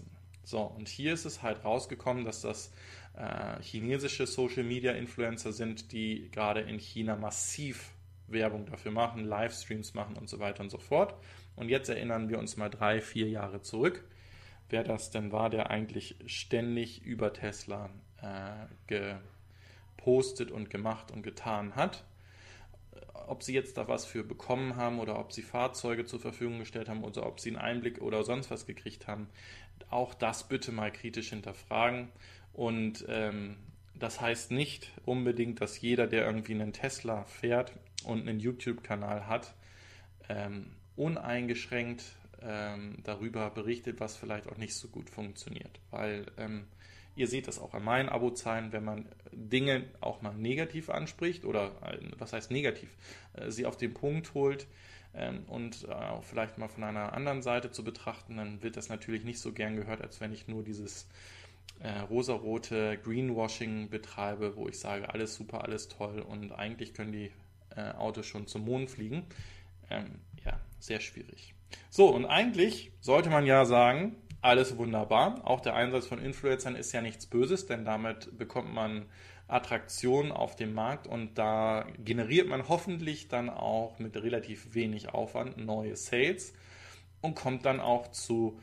So, und hier ist es halt rausgekommen, dass das äh, chinesische Social-Media-Influencer sind, die gerade in China massiv Werbung dafür machen, Livestreams machen und so weiter und so fort. Und jetzt erinnern wir uns mal drei, vier Jahre zurück, wer das denn war, der eigentlich ständig über Tesla äh, gepostet und gemacht und getan hat. Ob sie jetzt da was für bekommen haben oder ob sie Fahrzeuge zur Verfügung gestellt haben oder ob sie einen Einblick oder sonst was gekriegt haben, auch das bitte mal kritisch hinterfragen. Und ähm, das heißt nicht unbedingt, dass jeder, der irgendwie einen Tesla fährt und einen YouTube-Kanal hat, ähm, uneingeschränkt ähm, darüber berichtet, was vielleicht auch nicht so gut funktioniert. Weil ähm, ihr seht das auch an meinen Abozahlen, wenn man Dinge auch mal negativ anspricht oder äh, was heißt negativ, äh, sie auf den Punkt holt ähm, und äh, auch vielleicht mal von einer anderen Seite zu betrachten, dann wird das natürlich nicht so gern gehört, als wenn ich nur dieses äh, rosarote Greenwashing betreibe, wo ich sage, alles super, alles toll und eigentlich können die äh, Autos schon zum Mond fliegen. Ähm, ja, sehr schwierig. So, und eigentlich sollte man ja sagen, alles wunderbar. Auch der Einsatz von Influencern ist ja nichts Böses, denn damit bekommt man Attraktion auf dem Markt und da generiert man hoffentlich dann auch mit relativ wenig Aufwand neue Sales und kommt dann auch zu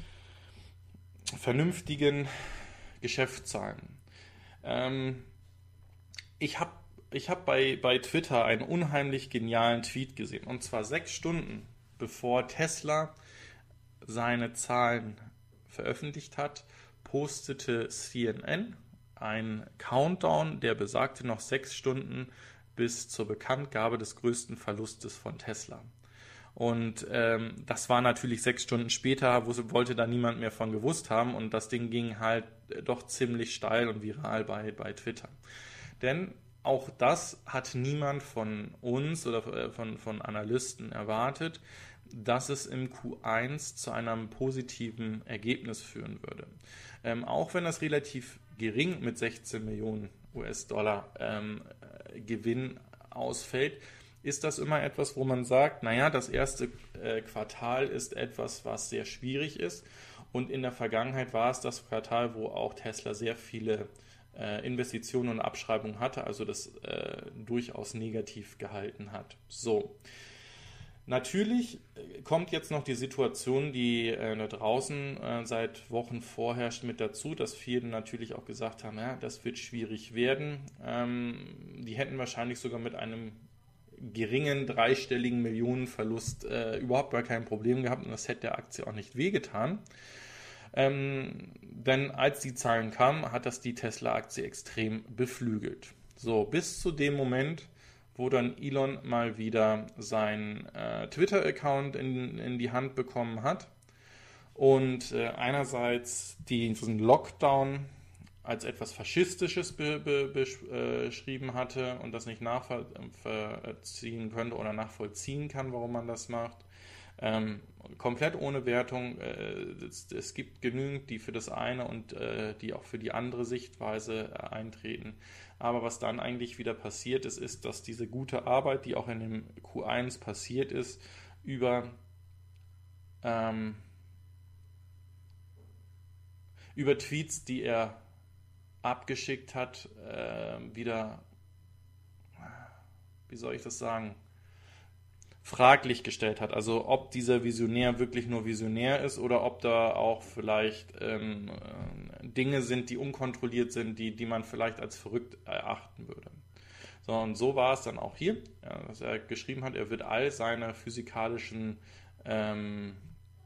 vernünftigen Geschäftszahlen. Ähm, ich habe ich hab bei, bei Twitter einen unheimlich genialen Tweet gesehen und zwar sechs Stunden bevor Tesla seine Zahlen veröffentlicht hat, postete C N N ein Countdown, der besagte noch sechs Stunden bis zur Bekanntgabe des größten Verlustes von Tesla. Und ähm, das war natürlich sechs Stunden später, wo, wollte da niemand mehr von gewusst haben und das Ding ging halt doch ziemlich steil und viral bei, bei Twitter. Denn auch das hat niemand von uns oder von, von Analysten erwartet, dass es im Q eins zu einem positiven Ergebnis führen würde. Ähm, auch wenn das relativ gering mit sechzehn Millionen U S-Dollar ähm, Gewinn ausfällt, ist das immer etwas, wo man sagt, naja, das erste äh, Quartal ist etwas, was sehr schwierig ist. Und in der Vergangenheit war es das Quartal, wo auch Tesla sehr viele äh, Investitionen und Abschreibungen hatte, also das äh, durchaus negativ gehalten hat. So. Natürlich kommt jetzt noch die Situation, die äh, da draußen äh, seit Wochen vorherrscht, mit dazu, dass viele natürlich auch gesagt haben, ja, das wird schwierig werden. Ähm, die hätten wahrscheinlich sogar mit einem geringen dreistelligen Millionenverlust äh, überhaupt gar kein Problem gehabt und das hätte der Aktie auch nicht wehgetan. Ähm, denn als die Zahlen kamen, hat das die Tesla-Aktie extrem beflügelt. So, bis zu dem Moment, wo dann Elon mal wieder seinen äh, Twitter-Account in, in die Hand bekommen hat und äh, einerseits diesen Lockdown als etwas Faschistisches be, be, beschrieben hatte und das nicht nachvollziehen könnte oder nachvollziehen kann, warum man das macht. Ähm, komplett ohne Wertung. Äh, es, es gibt genügend, die für das eine und äh, die auch für die andere Sichtweise äh, eintreten. Aber was dann eigentlich wieder passiert ist, ist, dass diese gute Arbeit, die auch in dem Q eins passiert ist, über, ähm, über Tweets, die er abgeschickt hat, äh, wieder, wie soll ich das sagen, fraglich gestellt hat. Also ob dieser Visionär wirklich nur Visionär ist oder ob da auch vielleicht ähm, Dinge sind, die unkontrolliert sind, die, die man vielleicht als verrückt erachten würde. So, und so war es dann auch hier, ja, dass er geschrieben hat, er wird all seine physikalischen ähm,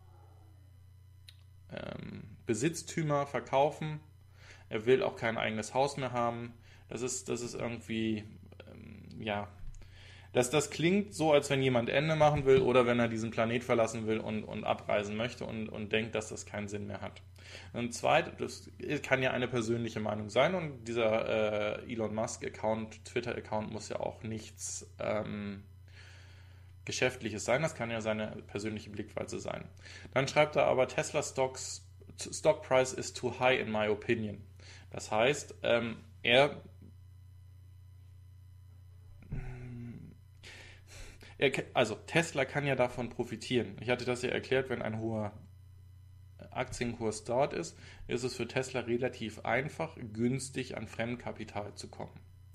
ähm, Besitztümer verkaufen. Er will auch kein eigenes Haus mehr haben. Das ist, das ist irgendwie, ähm, ja, Das, das klingt so, als wenn jemand Ende machen will oder wenn er diesen Planet verlassen will und, und abreisen möchte und, und denkt, dass das keinen Sinn mehr hat. Und zweit, das kann ja eine persönliche Meinung sein und dieser äh, Elon Musk-Account, Twitter-Account muss ja auch nichts ähm, Geschäftliches sein, das kann ja seine persönliche Blickweise sein. Dann schreibt er aber, Tesla Stocks, Stock Price is too high in my opinion. Das heißt, ähm, er Also Tesla kann ja davon profitieren. Ich hatte das ja erklärt, wenn ein hoher Aktienkurs dort ist, ist es für Tesla relativ einfach, günstig an Fremdkapital zu kommen.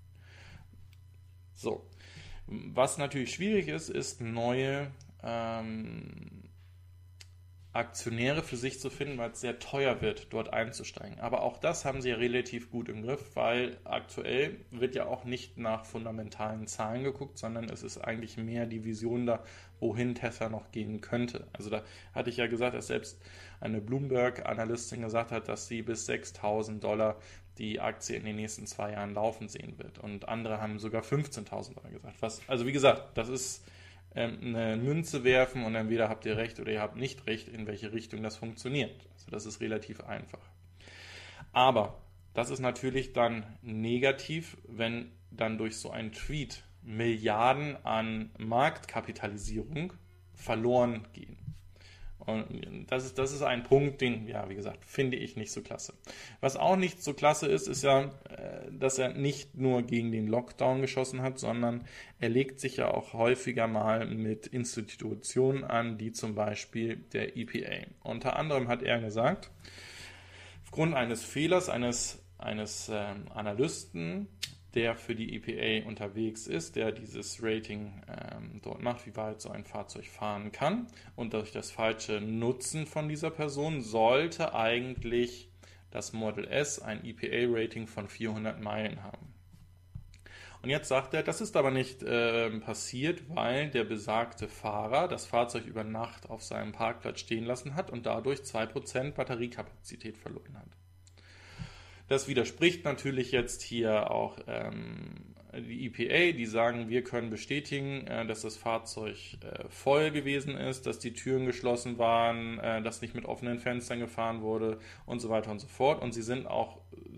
So, was natürlich schwierig ist, ist neue ähm, Aktionäre für sich zu finden, weil es sehr teuer wird, dort einzusteigen. Aber auch das haben sie ja relativ gut im Griff, weil aktuell wird ja auch nicht nach fundamentalen Zahlen geguckt, sondern es ist eigentlich mehr die Vision da, wohin Tesla noch gehen könnte. Also da hatte ich ja gesagt, dass selbst eine Bloomberg-Analystin gesagt hat, dass sie bis sechstausend Dollar die Aktie in den nächsten zwei Jahren laufen sehen wird. Und andere haben sogar fünfzehntausend Dollar gesagt. Was, also wie gesagt, das ist eine Münze werfen und entweder habt ihr recht oder ihr habt nicht recht, in welche Richtung das funktioniert. Also das ist relativ einfach. Aber das ist natürlich dann negativ, wenn dann durch so einen Tweet Milliarden an Marktkapitalisierung verloren gehen. Und das ist, das ist ein Punkt, den, ja, wie gesagt, finde ich nicht so klasse. Was auch nicht so klasse ist, ist ja, dass er nicht nur gegen den Lockdown geschossen hat, sondern er legt sich ja auch häufiger mal mit Institutionen an, die zum Beispiel der E P A. Unter anderem hat er gesagt, aufgrund eines Fehlers eines, eines ähm, Analysten, der für die E P A unterwegs ist, der dieses Rating ähm, dort macht, wie weit so ein Fahrzeug fahren kann. Und durch das falsche Nutzen von dieser Person sollte eigentlich das Model S ein E P A-Rating von vierhundert Meilen haben. Und jetzt sagt er, das ist aber nicht äh, passiert, weil der besagte Fahrer das Fahrzeug über Nacht auf seinem Parkplatz stehen lassen hat und dadurch zwei Prozent Batteriekapazität verloren hat. Das widerspricht natürlich jetzt hier auch ähm, die E P A, die sagen, wir können bestätigen, äh, dass das Fahrzeug äh, voll gewesen ist, dass die Türen geschlossen waren, äh, dass nicht mit offenen Fenstern gefahren wurde und so weiter und so fort. Und sie sind auch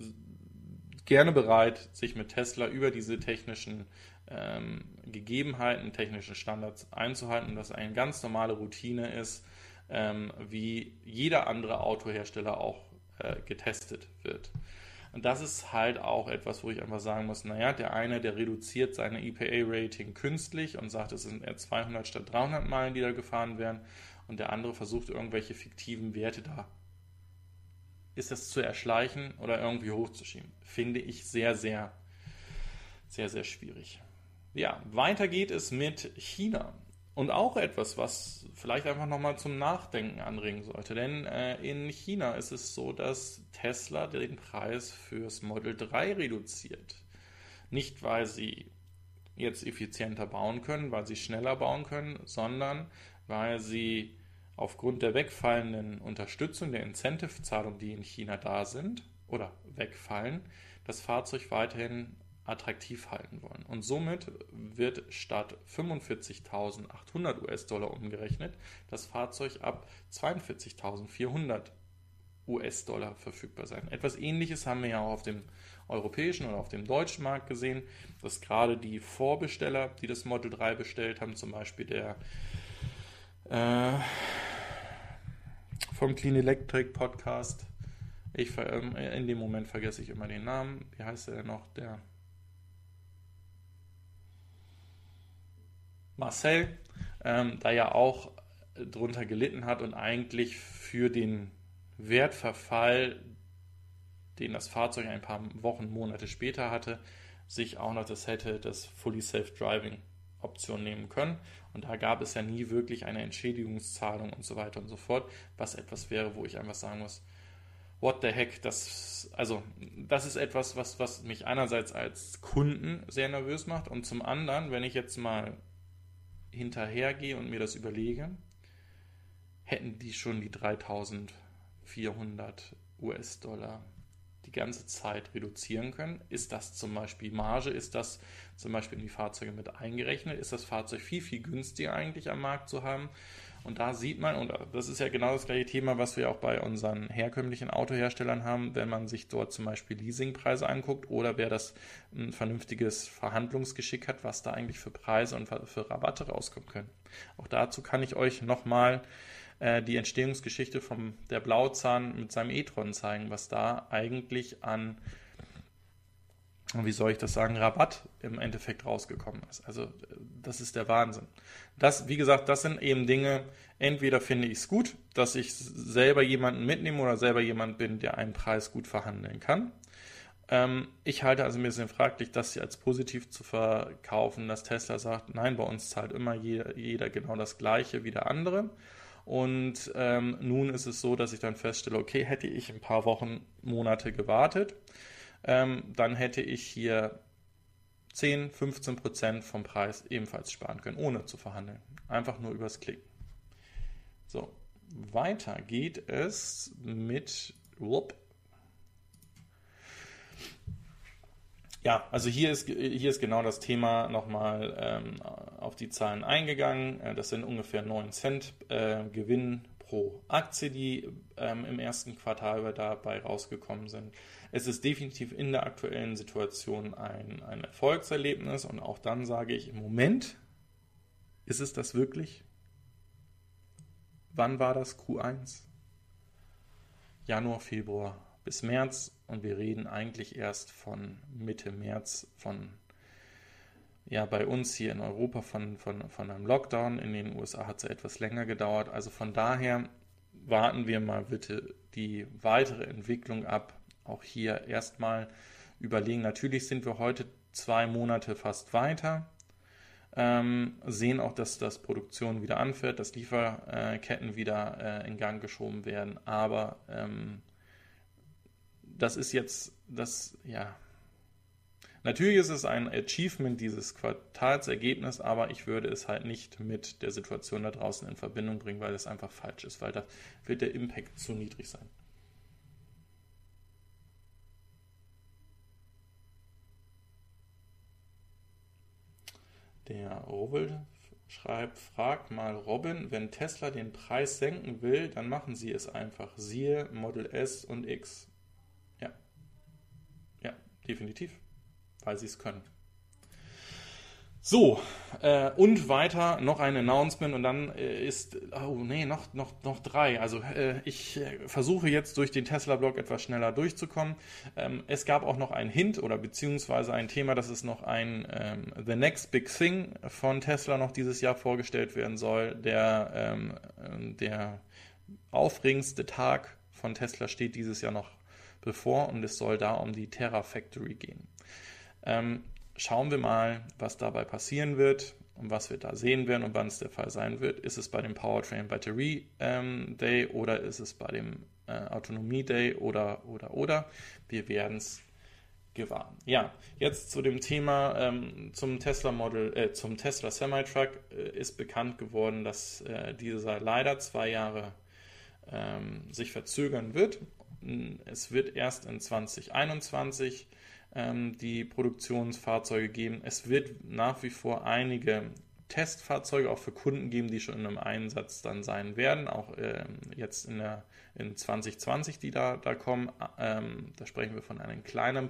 gerne bereit, sich mit Tesla über diese technischen ähm, Gegebenheiten, technischen Standards einzuhalten, dass eine ganz normale Routine ist, ähm, wie jeder andere Autohersteller auch äh, getestet wird. Und das ist halt auch etwas, wo ich einfach sagen muss, naja, der eine, der reduziert seine E P A-Rating künstlich und sagt, es sind eher zweihundert statt dreihundert Meilen, die da gefahren werden, und der andere versucht, irgendwelche fiktiven Werte da ist das zu erschleichen oder irgendwie hochzuschieben. Finde ich sehr, sehr, sehr, sehr schwierig. Ja, weiter geht es mit China. Und auch etwas, was vielleicht einfach nochmal zum Nachdenken anregen sollte. Denn äh, in China ist es so, dass Tesla den Preis fürs Model drei reduziert. Nicht, weil sie jetzt effizienter bauen können, weil sie schneller bauen können, sondern weil sie aufgrund der wegfallenden Unterstützung der Incentive-Zahlungen, die in China da sind oder wegfallen, das Fahrzeug weiterhin attraktiv halten wollen. Und somit wird statt fünfundvierzigtausendachthundert U S-Dollar umgerechnet das Fahrzeug ab zweiundvierzigtausendvierhundert U S-Dollar verfügbar sein. Etwas Ähnliches haben wir ja auch auf dem europäischen oder auf dem deutschen Markt gesehen, dass gerade die Vorbesteller, die das Model drei bestellt haben, zum Beispiel der äh, vom Clean Electric Podcast, ich, in dem Moment vergesse ich immer den Namen, wie heißt er denn noch, der Marcel, ähm, da ja auch drunter gelitten hat und eigentlich für den Wertverfall, den das Fahrzeug ein paar Wochen, Monate später hatte, sich auch noch das hätte, das Fully Self-Driving Option nehmen können. Und da gab es ja nie wirklich eine Entschädigungszahlung und so weiter und so fort, was etwas wäre, wo ich einfach sagen muss, what the heck, das, also, das ist etwas, was, was mich einerseits als Kunden sehr nervös macht und zum anderen, wenn ich jetzt mal hinterhergehe und mir das überlege, hätten die schon die dreitausendvierhundert U S-Dollar die ganze Zeit reduzieren können? Ist das zum Beispiel Marge? Ist das zum Beispiel in die Fahrzeuge mit eingerechnet? Ist das Fahrzeug viel, viel günstiger eigentlich am Markt zu haben? Und da sieht man, und das ist ja genau das gleiche Thema, was wir auch bei unseren herkömmlichen Autoherstellern haben, wenn man sich dort zum Beispiel Leasingpreise anguckt oder wer das ein vernünftiges Verhandlungsgeschick hat, was da eigentlich für Preise und für Rabatte rauskommen können. Auch dazu kann ich euch nochmal äh, die Entstehungsgeschichte von der Blauzahn mit seinem e-tron zeigen, was da eigentlich an wie soll ich das sagen, Rabatt im Endeffekt rausgekommen ist. Also das ist der Wahnsinn. Das, wie gesagt, das sind eben Dinge, entweder finde ich es gut, dass ich selber jemanden mitnehme oder selber jemand bin, der einen Preis gut verhandeln kann. Ähm, ich halte also ein bisschen fraglich, das hier als positiv zu verkaufen, dass Tesla sagt, nein, bei uns zahlt immer jeder, jeder genau das Gleiche wie der andere. Und ähm, nun ist es so, dass ich dann feststelle, okay, hätte ich ein paar Wochen, Monate gewartet, ähm, dann hätte ich hier zehn, fünfzehn Prozent vom Preis ebenfalls sparen können, ohne zu verhandeln. Einfach nur übers Klicken. So, weiter geht es mit... Whoop. Ja, also hier ist, hier ist genau das Thema nochmal ähm, auf die Zahlen eingegangen. Das sind ungefähr neun Cent äh, Gewinn pro Aktie, die ähm, im ersten Quartal dabei rausgekommen sind. Es ist definitiv in der aktuellen Situation ein, ein Erfolgserlebnis und auch dann sage ich, im Moment ist es das wirklich? Wann war das Q eins? Januar, Februar bis März und wir reden eigentlich erst von Mitte März von, ja, bei uns hier in Europa von, von, von einem Lockdown. In den U S A hat es ja etwas länger gedauert. Also von daher warten wir mal bitte die weitere Entwicklung ab. Auch hier erstmal überlegen. Natürlich sind wir heute zwei Monate fast weiter. Ähm, sehen auch, dass das Produktion wieder anfährt, dass Lieferketten wieder äh, in Gang geschoben werden. Aber ähm, das ist jetzt das, ja, natürlich ist es ein Achievement, dieses Quartalsergebnis, aber ich würde es halt nicht mit der Situation da draußen in Verbindung bringen, weil es einfach falsch ist, weil da wird der Impact zu niedrig sein. Der Robel schreibt, frag mal Robin, wenn Tesla den Preis senken will, dann machen sie es einfach. Siehe Model S und X. Ja, ja, definitiv, weil sie es können. So, äh, und weiter noch ein Announcement und dann äh, ist, oh nee, noch, noch, noch drei. Also äh, ich äh, versuche jetzt durch den Tesla-Blog etwas schneller durchzukommen. Ähm, es gab auch noch einen Hint oder beziehungsweise ein Thema, dass es noch ein ähm, The Next Big Thing von Tesla noch dieses Jahr vorgestellt werden soll. Der, ähm, der aufregendste Tag von Tesla steht dieses Jahr noch bevor und es soll da um die Terra-Factory gehen. Ähm, Schauen wir mal, was dabei passieren wird und was wir da sehen werden und wann es der Fall sein wird. Ist es bei dem Powertrain Battery ähm, Day oder ist es bei dem äh, Autonomie Day oder, oder, oder? Wir werden es gewahren. Ja, jetzt zu dem Thema ähm, zum Tesla Model, äh, zum Tesla Semi-Truck äh, ist bekannt geworden, dass äh, dieser leider zwei Jahre ähm, sich verzögern wird. Es wird erst in zwanzig einundzwanzig die Produktionsfahrzeuge geben. Es wird nach wie vor einige Testfahrzeuge auch für Kunden geben, die schon in einem Einsatz dann sein werden, auch ähm, jetzt in, der, in zwanzig zwanzig, die da, da kommen. Ähm, da sprechen wir von einer kleinen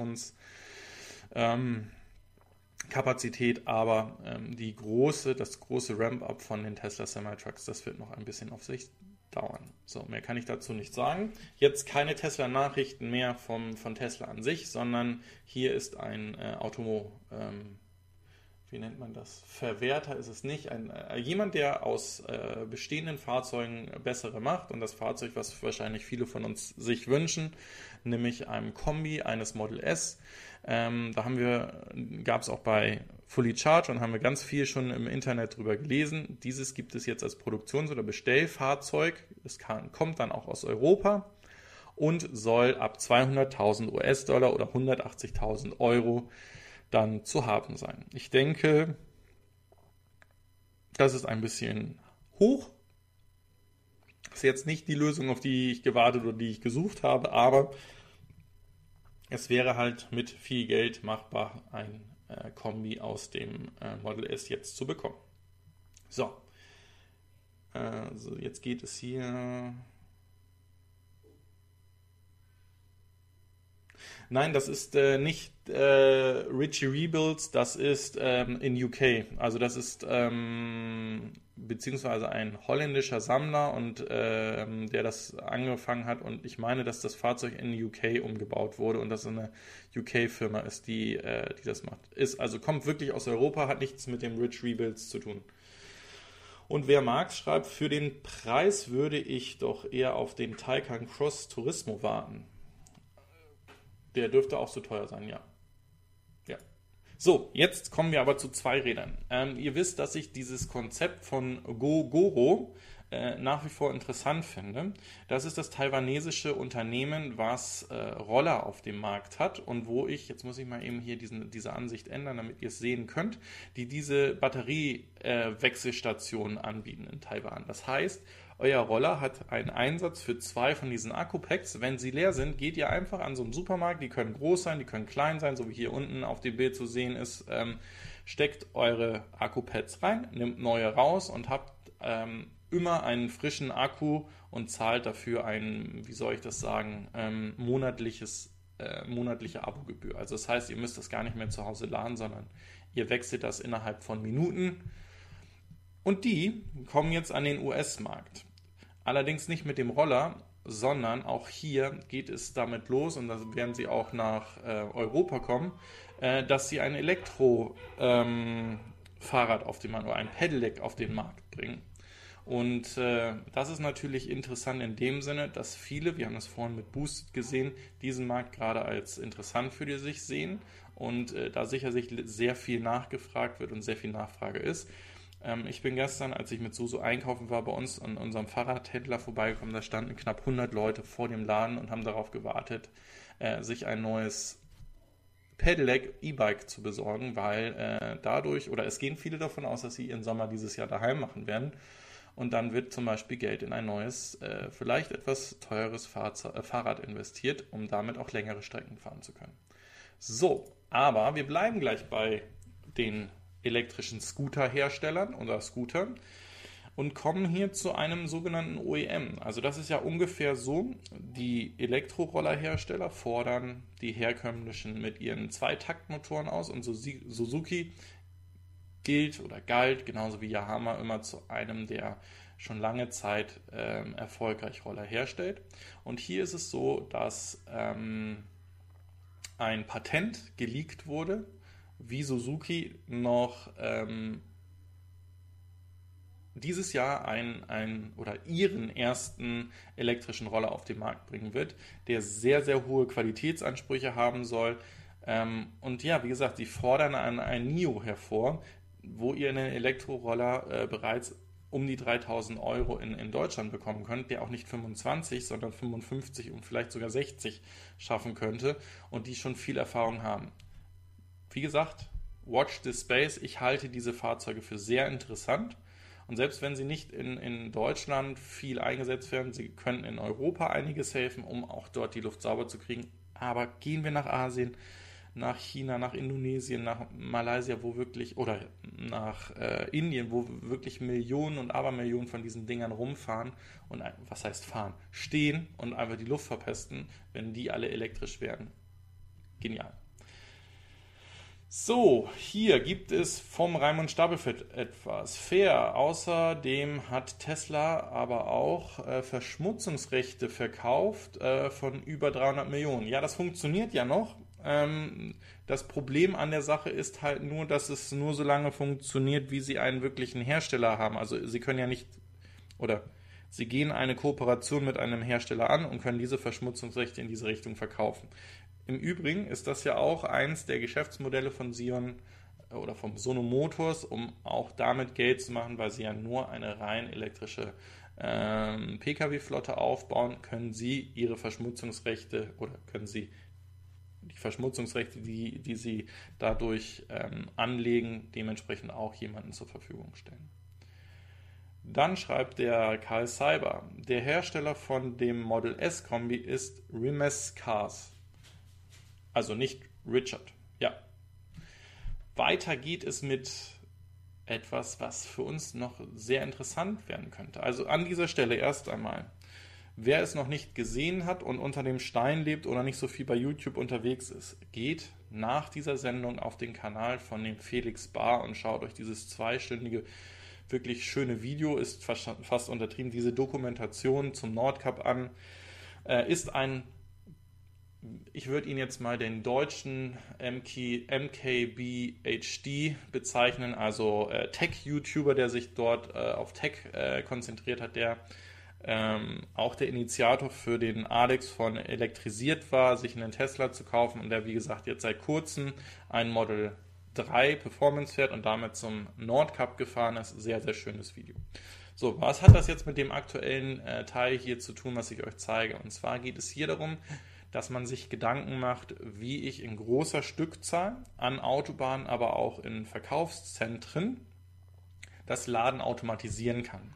Produktionskapazität, ähm, aber ähm, die große, das große Ramp-up von den Tesla Semi-Trucks, das wird noch ein bisschen auf sich dauern. So, mehr kann ich dazu nicht sagen. Jetzt keine Tesla-Nachrichten mehr vom, von Tesla an sich, sondern hier ist ein äh, Automo, ähm, wie nennt man das? Verwerter ist es nicht. Ein, äh, jemand, der aus äh, bestehenden Fahrzeugen bessere macht und das Fahrzeug, was wahrscheinlich viele von uns sich wünschen, nämlich einem Kombi eines Model S. Ähm, da haben wir, gab es auch bei Fully Charge und haben wir ganz viel schon im Internet drüber gelesen. Dieses gibt es jetzt als Produktions- oder Bestellfahrzeug. Es kann, kommt dann auch aus Europa und soll ab zweihunderttausend U S-Dollar oder hundertachtzigtausend Euro dann zu haben sein. Ich denke, das ist ein bisschen hoch. Das ist jetzt nicht die Lösung, auf die ich gewartet oder die ich gesucht habe, aber es wäre halt mit viel Geld machbar, ein äh, Kombi aus dem äh, Model S jetzt zu bekommen. So, also jetzt geht es hier. Nein, das ist äh, nicht äh, Richie Rebuilds, das ist ähm, in U K. Also das ist ähm, beziehungsweise ein holländischer Sammler und ähm, der das angefangen hat und ich meine, dass das Fahrzeug in U K umgebaut wurde und dass es eine U K-Firma ist, die, äh, die das macht. Ist also kommt wirklich aus Europa, hat nichts mit dem Rich Rebuilds zu tun. Und wer mag, schreibt, für den Preis würde ich doch eher auf den Taycan Cross Turismo warten. Der dürfte auch so teuer sein, ja. Ja. So, jetzt kommen wir aber zu Zweirädern. Ähm, ihr wisst, dass ich dieses Konzept von Gogoro äh, nach wie vor interessant finde. Das ist das taiwanesische Unternehmen, was äh, Roller auf dem Markt hat und wo ich, jetzt muss ich mal eben hier diesen, diese Ansicht ändern, damit ihr es sehen könnt, die diese Batteriewechselstationen äh, anbieten in Taiwan. Das heißt, euer Roller hat einen Einsatz für zwei von diesen Akku-Packs. Wenn sie leer sind, geht ihr einfach an so einen Supermarkt. Die können groß sein, die können klein sein, so wie hier unten auf dem Bild zu sehen ist. Ähm, steckt eure Akku-Pads rein, nimmt neue raus und habt ähm, immer einen frischen Akku und zahlt dafür ein, wie soll ich das sagen, ähm, monatliches, äh, monatliche Abogebühr. Also das heißt, ihr müsst das gar nicht mehr zu Hause laden, sondern ihr wechselt das innerhalb von Minuten. Und die kommen jetzt an den U S-Markt. Allerdings nicht mit dem Roller, sondern auch hier geht es damit los, und da werden sie auch nach äh, Europa kommen, äh, dass sie ein Elektro-Fahrrad ähm, auf den Markt oder ein Pedelec auf den Markt bringen. Und äh, das ist natürlich interessant in dem Sinne, dass viele, wir haben das vorhin mit Boosted gesehen, diesen Markt gerade als interessant für die sich sehen und äh, da sicherlich sehr viel nachgefragt wird und sehr viel Nachfrage ist. Ähm, ich bin gestern, als ich mit Suso einkaufen war, bei uns an unserem Fahrradhändler vorbeigekommen, da standen knapp hundert Leute vor dem Laden und haben darauf gewartet, äh, sich ein neues Pedelec E-Bike zu besorgen, weil äh, dadurch, oder es gehen viele davon aus, dass sie ihren Sommer dieses Jahr daheim machen werden. Und dann wird zum Beispiel Geld in ein neues, äh, vielleicht etwas teures Fahrze- äh, Fahrrad investiert, um damit auch längere Strecken fahren zu können. So, aber wir bleiben gleich bei den elektrischen Scooter-Herstellern oder Scootern und kommen hier zu einem sogenannten O E M. Also das ist ja ungefähr so, die Elektrorollerhersteller fordern die herkömmlichen mit ihren Zweitaktmotoren aus und Suzuki gilt oder galt, genauso wie Yamaha, immer zu einem, der schon lange Zeit ähm, erfolgreich Roller herstellt. Und hier ist es so, dass ähm, ein Patent geleakt wurde, wie Suzuki noch ähm, dieses Jahr ein, ein oder ihren ersten elektrischen Roller auf den Markt bringen wird, der sehr, sehr hohe Qualitätsansprüche haben soll. Ähm, und ja, wie gesagt, sie fordern ein, ein N I O hervor, wo ihr einen Elektroroller äh, bereits um die dreitausend Euro in, in Deutschland bekommen könnt, der auch nicht fünfundzwanzig, sondern fünfundfünfzig und vielleicht sogar sechzig schaffen könnte und die schon viel Erfahrung haben. Wie gesagt, watch this space. Ich halte diese Fahrzeuge für sehr interessant. Und selbst wenn sie nicht in, in Deutschland viel eingesetzt werden, sie können in Europa einiges helfen, um auch dort die Luft sauber zu kriegen. Aber gehen wir nach Asien, nach China, nach Indonesien, nach Malaysia, wo wirklich, oder nach äh, Indien, wo wirklich Millionen und Abermillionen von diesen Dingern rumfahren und, was heißt fahren, stehen und einfach die Luft verpesten, wenn die alle elektrisch werden. Genial. So, hier gibt es vom Raimund Stapelfett etwas. Fair. Außerdem hat Tesla aber auch äh, Verschmutzungsrechte verkauft äh, von über dreihundert Millionen. Ja, das funktioniert ja noch. Ähm, das Problem an der Sache ist halt nur, dass es nur so lange funktioniert, wie sie einen wirklichen Hersteller haben. Also sie können ja nicht, oder sie gehen eine Kooperation mit einem Hersteller an und können diese Verschmutzungsrechte in diese Richtung verkaufen. Im Übrigen ist das ja auch eins der Geschäftsmodelle von Sion oder vom Sono Motors, um auch damit Geld zu machen, weil sie ja nur eine rein elektrische ähm, Pkw-Flotte aufbauen, können sie ihre Verschmutzungsrechte oder können sie die Verschmutzungsrechte, die, die sie dadurch ähm, anlegen, dementsprechend auch jemanden zur Verfügung stellen. Dann schreibt der Karl Seiber, der Hersteller von dem Model S-Kombi ist Rimac Cars. Also nicht Richard. Ja. Weiter geht es mit etwas, was für uns noch sehr interessant werden könnte. Also an dieser Stelle erst einmal Wer es noch nicht gesehen hat und unter dem Stein lebt oder nicht so viel bei YouTube unterwegs ist, geht nach dieser Sendung auf den Kanal von dem Felix Bahr und schaut euch dieses zweistündige, wirklich schöne Video, ist fast, fast untertrieben, diese Dokumentation zum Nordkap an. Äh, ist ein, ich würde ihn jetzt mal den deutschen M K B H D bezeichnen, also äh, Tech-YouTuber, der sich dort äh, auf Tech äh, konzentriert hat, der ähm, auch der Initiator für den Alex von Elektrisiert war, sich einen Tesla zu kaufen und der, wie gesagt, jetzt seit kurzem ein Model drei Performance fährt und damit zum Nordkap gefahren ist. Sehr, sehr schönes Video. So, was hat das jetzt mit dem aktuellen äh, Teil hier zu tun, was ich euch zeige? Und zwar geht es hier darum, dass man sich Gedanken macht, wie ich in großer Stückzahl an Autobahnen, aber auch in Verkaufszentren das Laden automatisieren kann.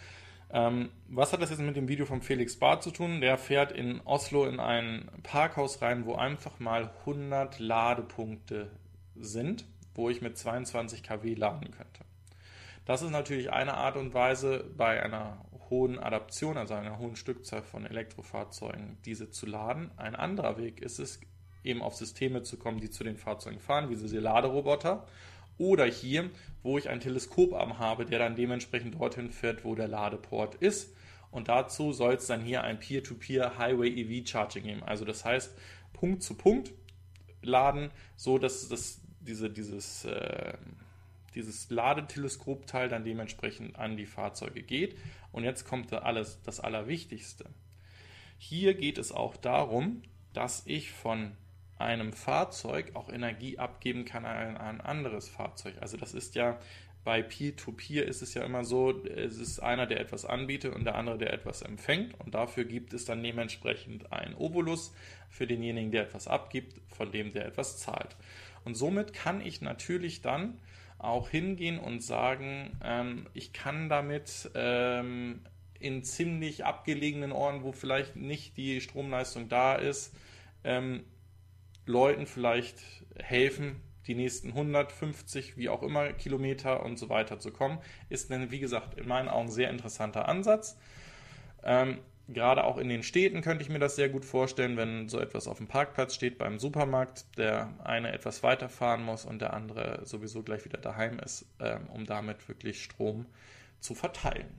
Ähm, was hat das jetzt mit dem Video von Felix Bahr zu tun? Der fährt in Oslo in ein Parkhaus rein, wo einfach mal hundert Ladepunkte sind, wo ich mit zweiundzwanzig Kilowatt laden könnte. Das ist natürlich eine Art und Weise, bei einer hohen Adaption, also einer hohen Stückzahl von Elektrofahrzeugen, diese zu laden. Ein anderer Weg ist es, eben auf Systeme zu kommen, die zu den Fahrzeugen fahren, wie diese Laderoboter. Oder hier, wo ich einen Teleskoparm habe, der dann dementsprechend dorthin fährt, wo der Ladeport ist. Und dazu soll es dann hier ein Peer-to-Peer Highway E V Charging geben. Also das heißt, Punkt zu Punkt laden, so dass das, diese, dieses, äh, dieses Ladeteleskopteil dann dementsprechend an die Fahrzeuge geht. Und jetzt kommt da alles, das Allerwichtigste. Hier geht es auch darum, dass ich von einem Fahrzeug auch Energie abgeben kann an ein anderes Fahrzeug. Also das ist ja, bei Peer-to-Peer ist es ja immer so, es ist einer, der etwas anbietet und der andere, der etwas empfängt. Und dafür gibt es dann dementsprechend einen Obolus für denjenigen, der etwas abgibt, von dem der etwas zahlt. Und somit kann ich natürlich dann auch hingehen und sagen, ähm, ich kann damit ähm, in ziemlich abgelegenen Orten, wo vielleicht nicht die Stromleistung da ist, ähm, Leuten vielleicht helfen, die nächsten hundertfünfzig, wie auch immer, Kilometer und so weiter zu kommen. Ist dann, wie gesagt, in meinen Augen ein sehr interessanter Ansatz. Ähm, gerade auch in den Städten könnte ich mir das sehr gut vorstellen, wenn so etwas auf dem Parkplatz steht beim Supermarkt, der eine etwas weiter fahren muss und der andere sowieso gleich wieder daheim ist, ähm, um damit wirklich Strom zu verteilen.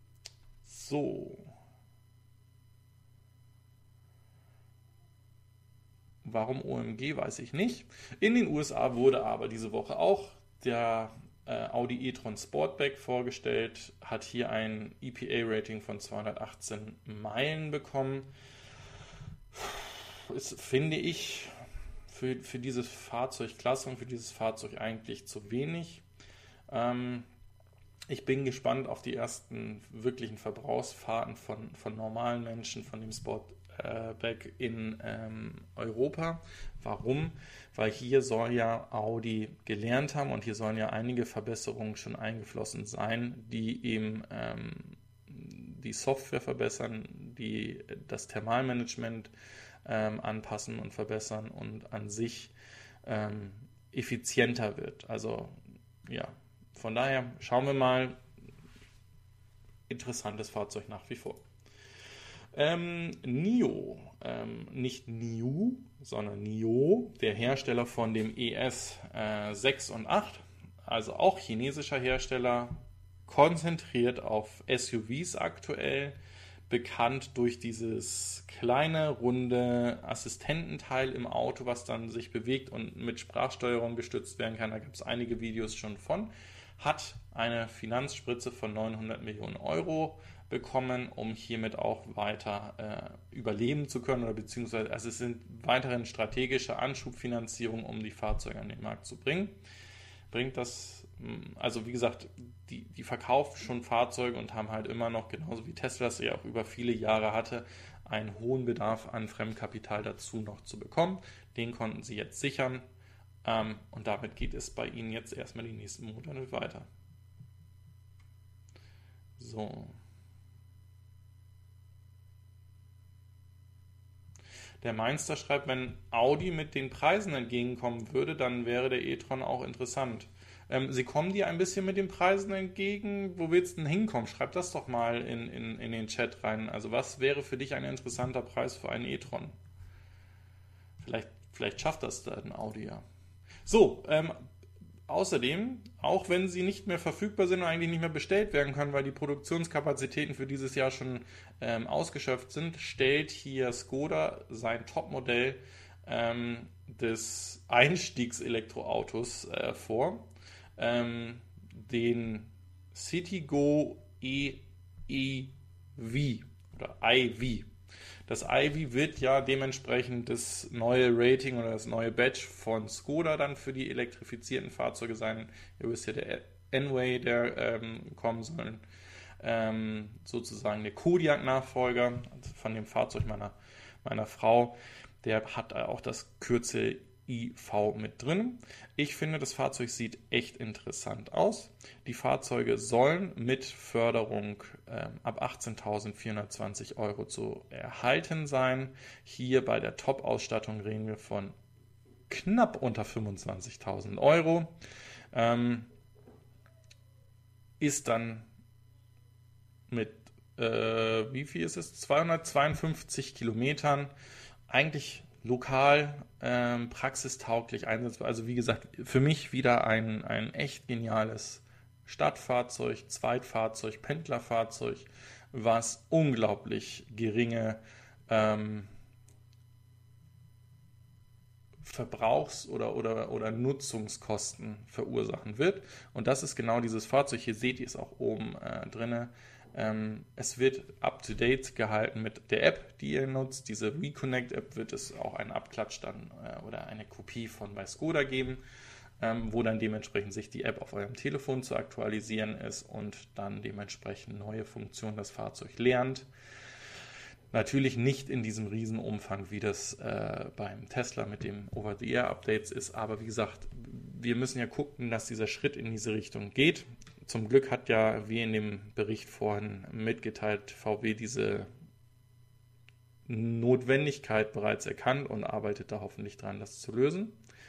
So. Warum O M G, weiß ich nicht. In den U S A wurde aber diese Woche auch der äh, Audi e-tron Sportback vorgestellt, hat hier ein E P A-Rating von zweihundertachtzehn Meilen bekommen. Das finde ich für, für diese Fahrzeugklasse und für dieses Fahrzeug eigentlich zu wenig. Ähm, ich bin gespannt auf die ersten wirklichen Verbrauchsfahrten von, von normalen Menschen, von dem Sportback in ähm, Europa. Warum? Weil hier soll ja Audi gelernt haben und hier sollen ja einige Verbesserungen schon eingeflossen sein, die eben ähm, die Software verbessern, die das Thermalmanagement ähm, anpassen und verbessern und an sich ähm, effizienter wird. Also ja, von daher schauen wir mal. Interessantes Fahrzeug nach wie vor. Ähm, N I O, ähm, nicht N I U, sondern N I O, der Hersteller von dem E S äh, sechs und acht, also auch chinesischer Hersteller, konzentriert auf S U Vs aktuell, bekannt durch dieses kleine, runde Assistententeil im Auto, was dann sich bewegt und mit Sprachsteuerung gestützt werden kann. Da gibt es einige Videos schon von. Hat eine Finanzspritze von neunhundert Millionen Euro bekommen, um hiermit auch weiter äh, überleben zu können oder beziehungsweise also es sind weiterhin strategische Anschubfinanzierungen, um die Fahrzeuge an den Markt zu bringen. Bringt das, also wie gesagt, die, die verkaufen schon Fahrzeuge und haben halt immer noch, genauso wie Tesla es ja auch über viele Jahre hatte, einen hohen Bedarf an Fremdkapital dazu noch zu bekommen. Den konnten sie jetzt sichern. Ähm, und damit geht es bei Ihnen jetzt erstmal die nächsten Monate weiter. So. Der Mainster schreibt, wenn Audi mit den Preisen entgegenkommen würde, dann wäre der e-tron auch interessant. Ähm, sie kommen dir ein bisschen mit den Preisen entgegen. Wo willst du denn hinkommen? Schreib das doch mal in, in, in den Chat rein. Also was wäre für dich ein interessanter Preis für einen e-tron? Vielleicht, vielleicht schafft das ein Audi ja. So, ähm, außerdem, auch wenn sie nicht mehr verfügbar sind und eigentlich nicht mehr bestellt werden können, weil die Produktionskapazitäten für dieses Jahr schon ähm, ausgeschöpft sind, stellt hier Skoda sein Topmodell ähm, des Einstiegs-Elektroautos äh, vor, ähm, den Citigo E E V oder I V. Das I V wird ja dementsprechend das neue Rating oder das neue Badge von Skoda dann für die elektrifizierten Fahrzeuge sein. Ihr wisst ja, der N-Way, der ähm, kommen soll, ähm, sozusagen der Kodiaq-Nachfolger von dem Fahrzeug meiner, meiner Frau. Der hat auch das Kürzel I V mit drin. Ich finde, das Fahrzeug sieht echt interessant aus. Die Fahrzeuge sollen mit Förderung ähm, ab achtzehntausendvierhundertzwanzig Euro zu erhalten sein. Hier bei der Top-Ausstattung reden wir von knapp unter fünfundzwanzigtausend Euro. Ähm, ist dann mit, äh, wie viel ist es? zweihundertzweiundfünfzig Kilometern eigentlich lokal, ähm, praxistauglich einsetzbar. Also wie gesagt, für mich wieder ein, ein echt geniales Stadtfahrzeug, Zweitfahrzeug, Pendlerfahrzeug, was unglaublich geringe ähm, Verbrauchs- oder, oder, oder Nutzungskosten verursachen wird. Und das ist genau dieses Fahrzeug. Hier seht ihr es auch oben äh, drin. Ähm, es wird up-to-date gehalten mit der App, die ihr nutzt. Diese Reconnect-App wird es auch einen Abklatsch dann äh, oder eine Kopie von bei Skoda geben, ähm, wo dann dementsprechend sich die App auf eurem Telefon zu aktualisieren ist und dann dementsprechend neue Funktionen das Fahrzeug lernt. Natürlich nicht in diesem Riesenumfang, wie das äh, beim Tesla mit dem Over-the-Air-Updates ist, aber wie gesagt, wir müssen ja gucken, dass dieser Schritt in diese Richtung geht. Zum Glück hat ja, wie in dem Bericht vorhin mitgeteilt, V W diese Notwendigkeit bereits erkannt und arbeitet da hoffentlich dran, das zu lösen.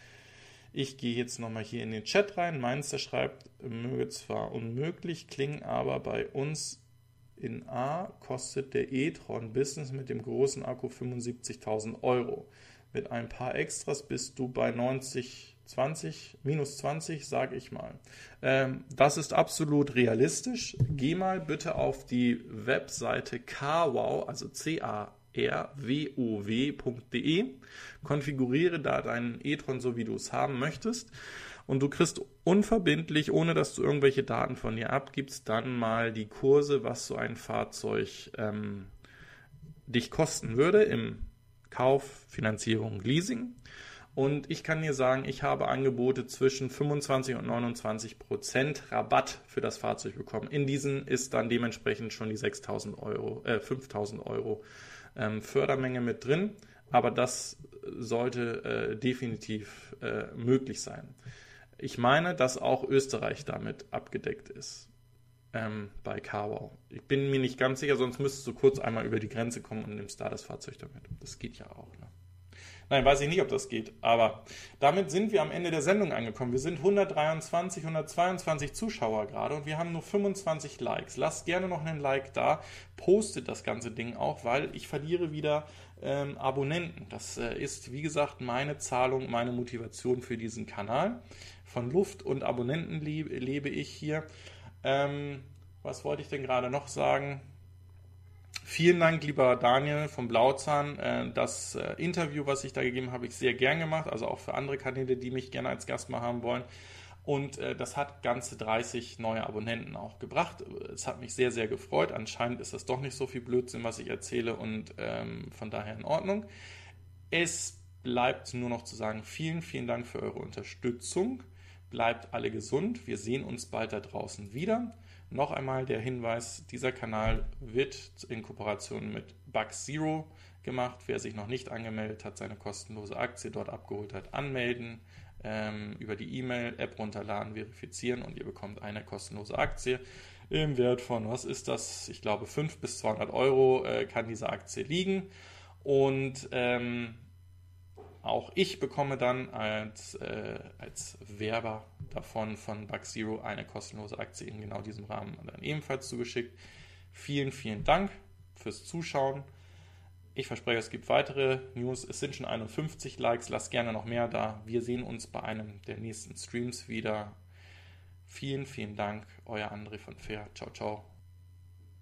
Ich gehe jetzt nochmal hier in den Chat rein. Mainster schreibt, möge zwar unmöglich klingen, aber bei uns in A kostet der e-tron Business mit dem großen Akku fünfundsiebzigtausend Euro. Mit ein paar Extras bist du bei neunzig, zwanzig, minus zwanzig, sage ich mal. Ähm, das ist absolut realistisch. Geh mal bitte auf die Webseite carwow, also C A R W O W punkt de, konfiguriere da deinen e-tron so, wie du es haben möchtest. Und du kriegst unverbindlich, ohne dass du irgendwelche Daten von dir abgibst, dann mal die Kurse, was so ein Fahrzeug ähm, dich kosten würde im Kauf, Finanzierung, Leasing. Und ich kann dir sagen, ich habe Angebote zwischen fünfundzwanzig und neunundzwanzig Prozent Rabatt für das Fahrzeug bekommen. In diesen ist dann dementsprechend schon die sechstausend Euro, äh, fünftausend Euro ähm, Fördermenge mit drin. Aber das sollte äh, definitiv äh, möglich sein. Ich meine, dass auch Österreich damit abgedeckt ist ähm, bei carwow. Ich bin mir nicht ganz sicher, sonst müsstest du kurz einmal über die Grenze kommen und nimmst da das Fahrzeug damit. Das geht ja auch. Ne? Nein, weiß ich nicht, ob das geht. Aber damit sind wir am Ende der Sendung angekommen. Wir sind hundertdreiundzwanzig, hundertzweiundzwanzig Zuschauer gerade und wir haben nur fünfundzwanzig Likes. Lasst gerne noch einen Like da. Postet das ganze Ding auch, weil ich verliere wieder ähm, Abonnenten. Das äh, ist, wie gesagt, meine Zahlung, meine Motivation für diesen Kanal. Von Luft und Abonnenten lebe, lebe ich hier. Ähm, was wollte ich denn gerade noch sagen? Vielen Dank, lieber Daniel vom Blauzahn. Äh, das äh, Interview, was ich da gegeben habe, habe ich sehr gern gemacht. Also auch für andere Kanäle, die mich gerne als Gast mal haben wollen. Und äh, das hat ganze dreißig neue Abonnenten auch gebracht. Es hat mich sehr, sehr gefreut. Anscheinend ist das doch nicht so viel Blödsinn, was ich erzähle und ähm, von daher in Ordnung. Es bleibt nur noch zu sagen, vielen, vielen Dank für eure Unterstützung. Bleibt alle gesund. Wir sehen uns bald da draußen wieder. Noch einmal der Hinweis, dieser Kanal wird in Kooperation mit Bug Zero gemacht. Wer sich noch nicht angemeldet hat, seine kostenlose Aktie dort abgeholt hat, anmelden, ähm, über die E-Mail, App runterladen, verifizieren und ihr bekommt eine kostenlose Aktie im Wert von, was ist das? Ich glaube fünf bis zweihundert Euro äh, kann diese Aktie liegen und ähm, auch ich bekomme dann als, äh, als Werber davon von Bug Zero eine kostenlose Aktie in genau diesem Rahmen dann ebenfalls zugeschickt. Vielen, vielen Dank fürs Zuschauen. Ich verspreche, es gibt weitere News. Es sind schon einundfünfzig Likes. Lasst gerne noch mehr da. Wir sehen uns bei einem der nächsten Streams wieder. Vielen, vielen Dank. Euer André von Fair. Ciao, ciao.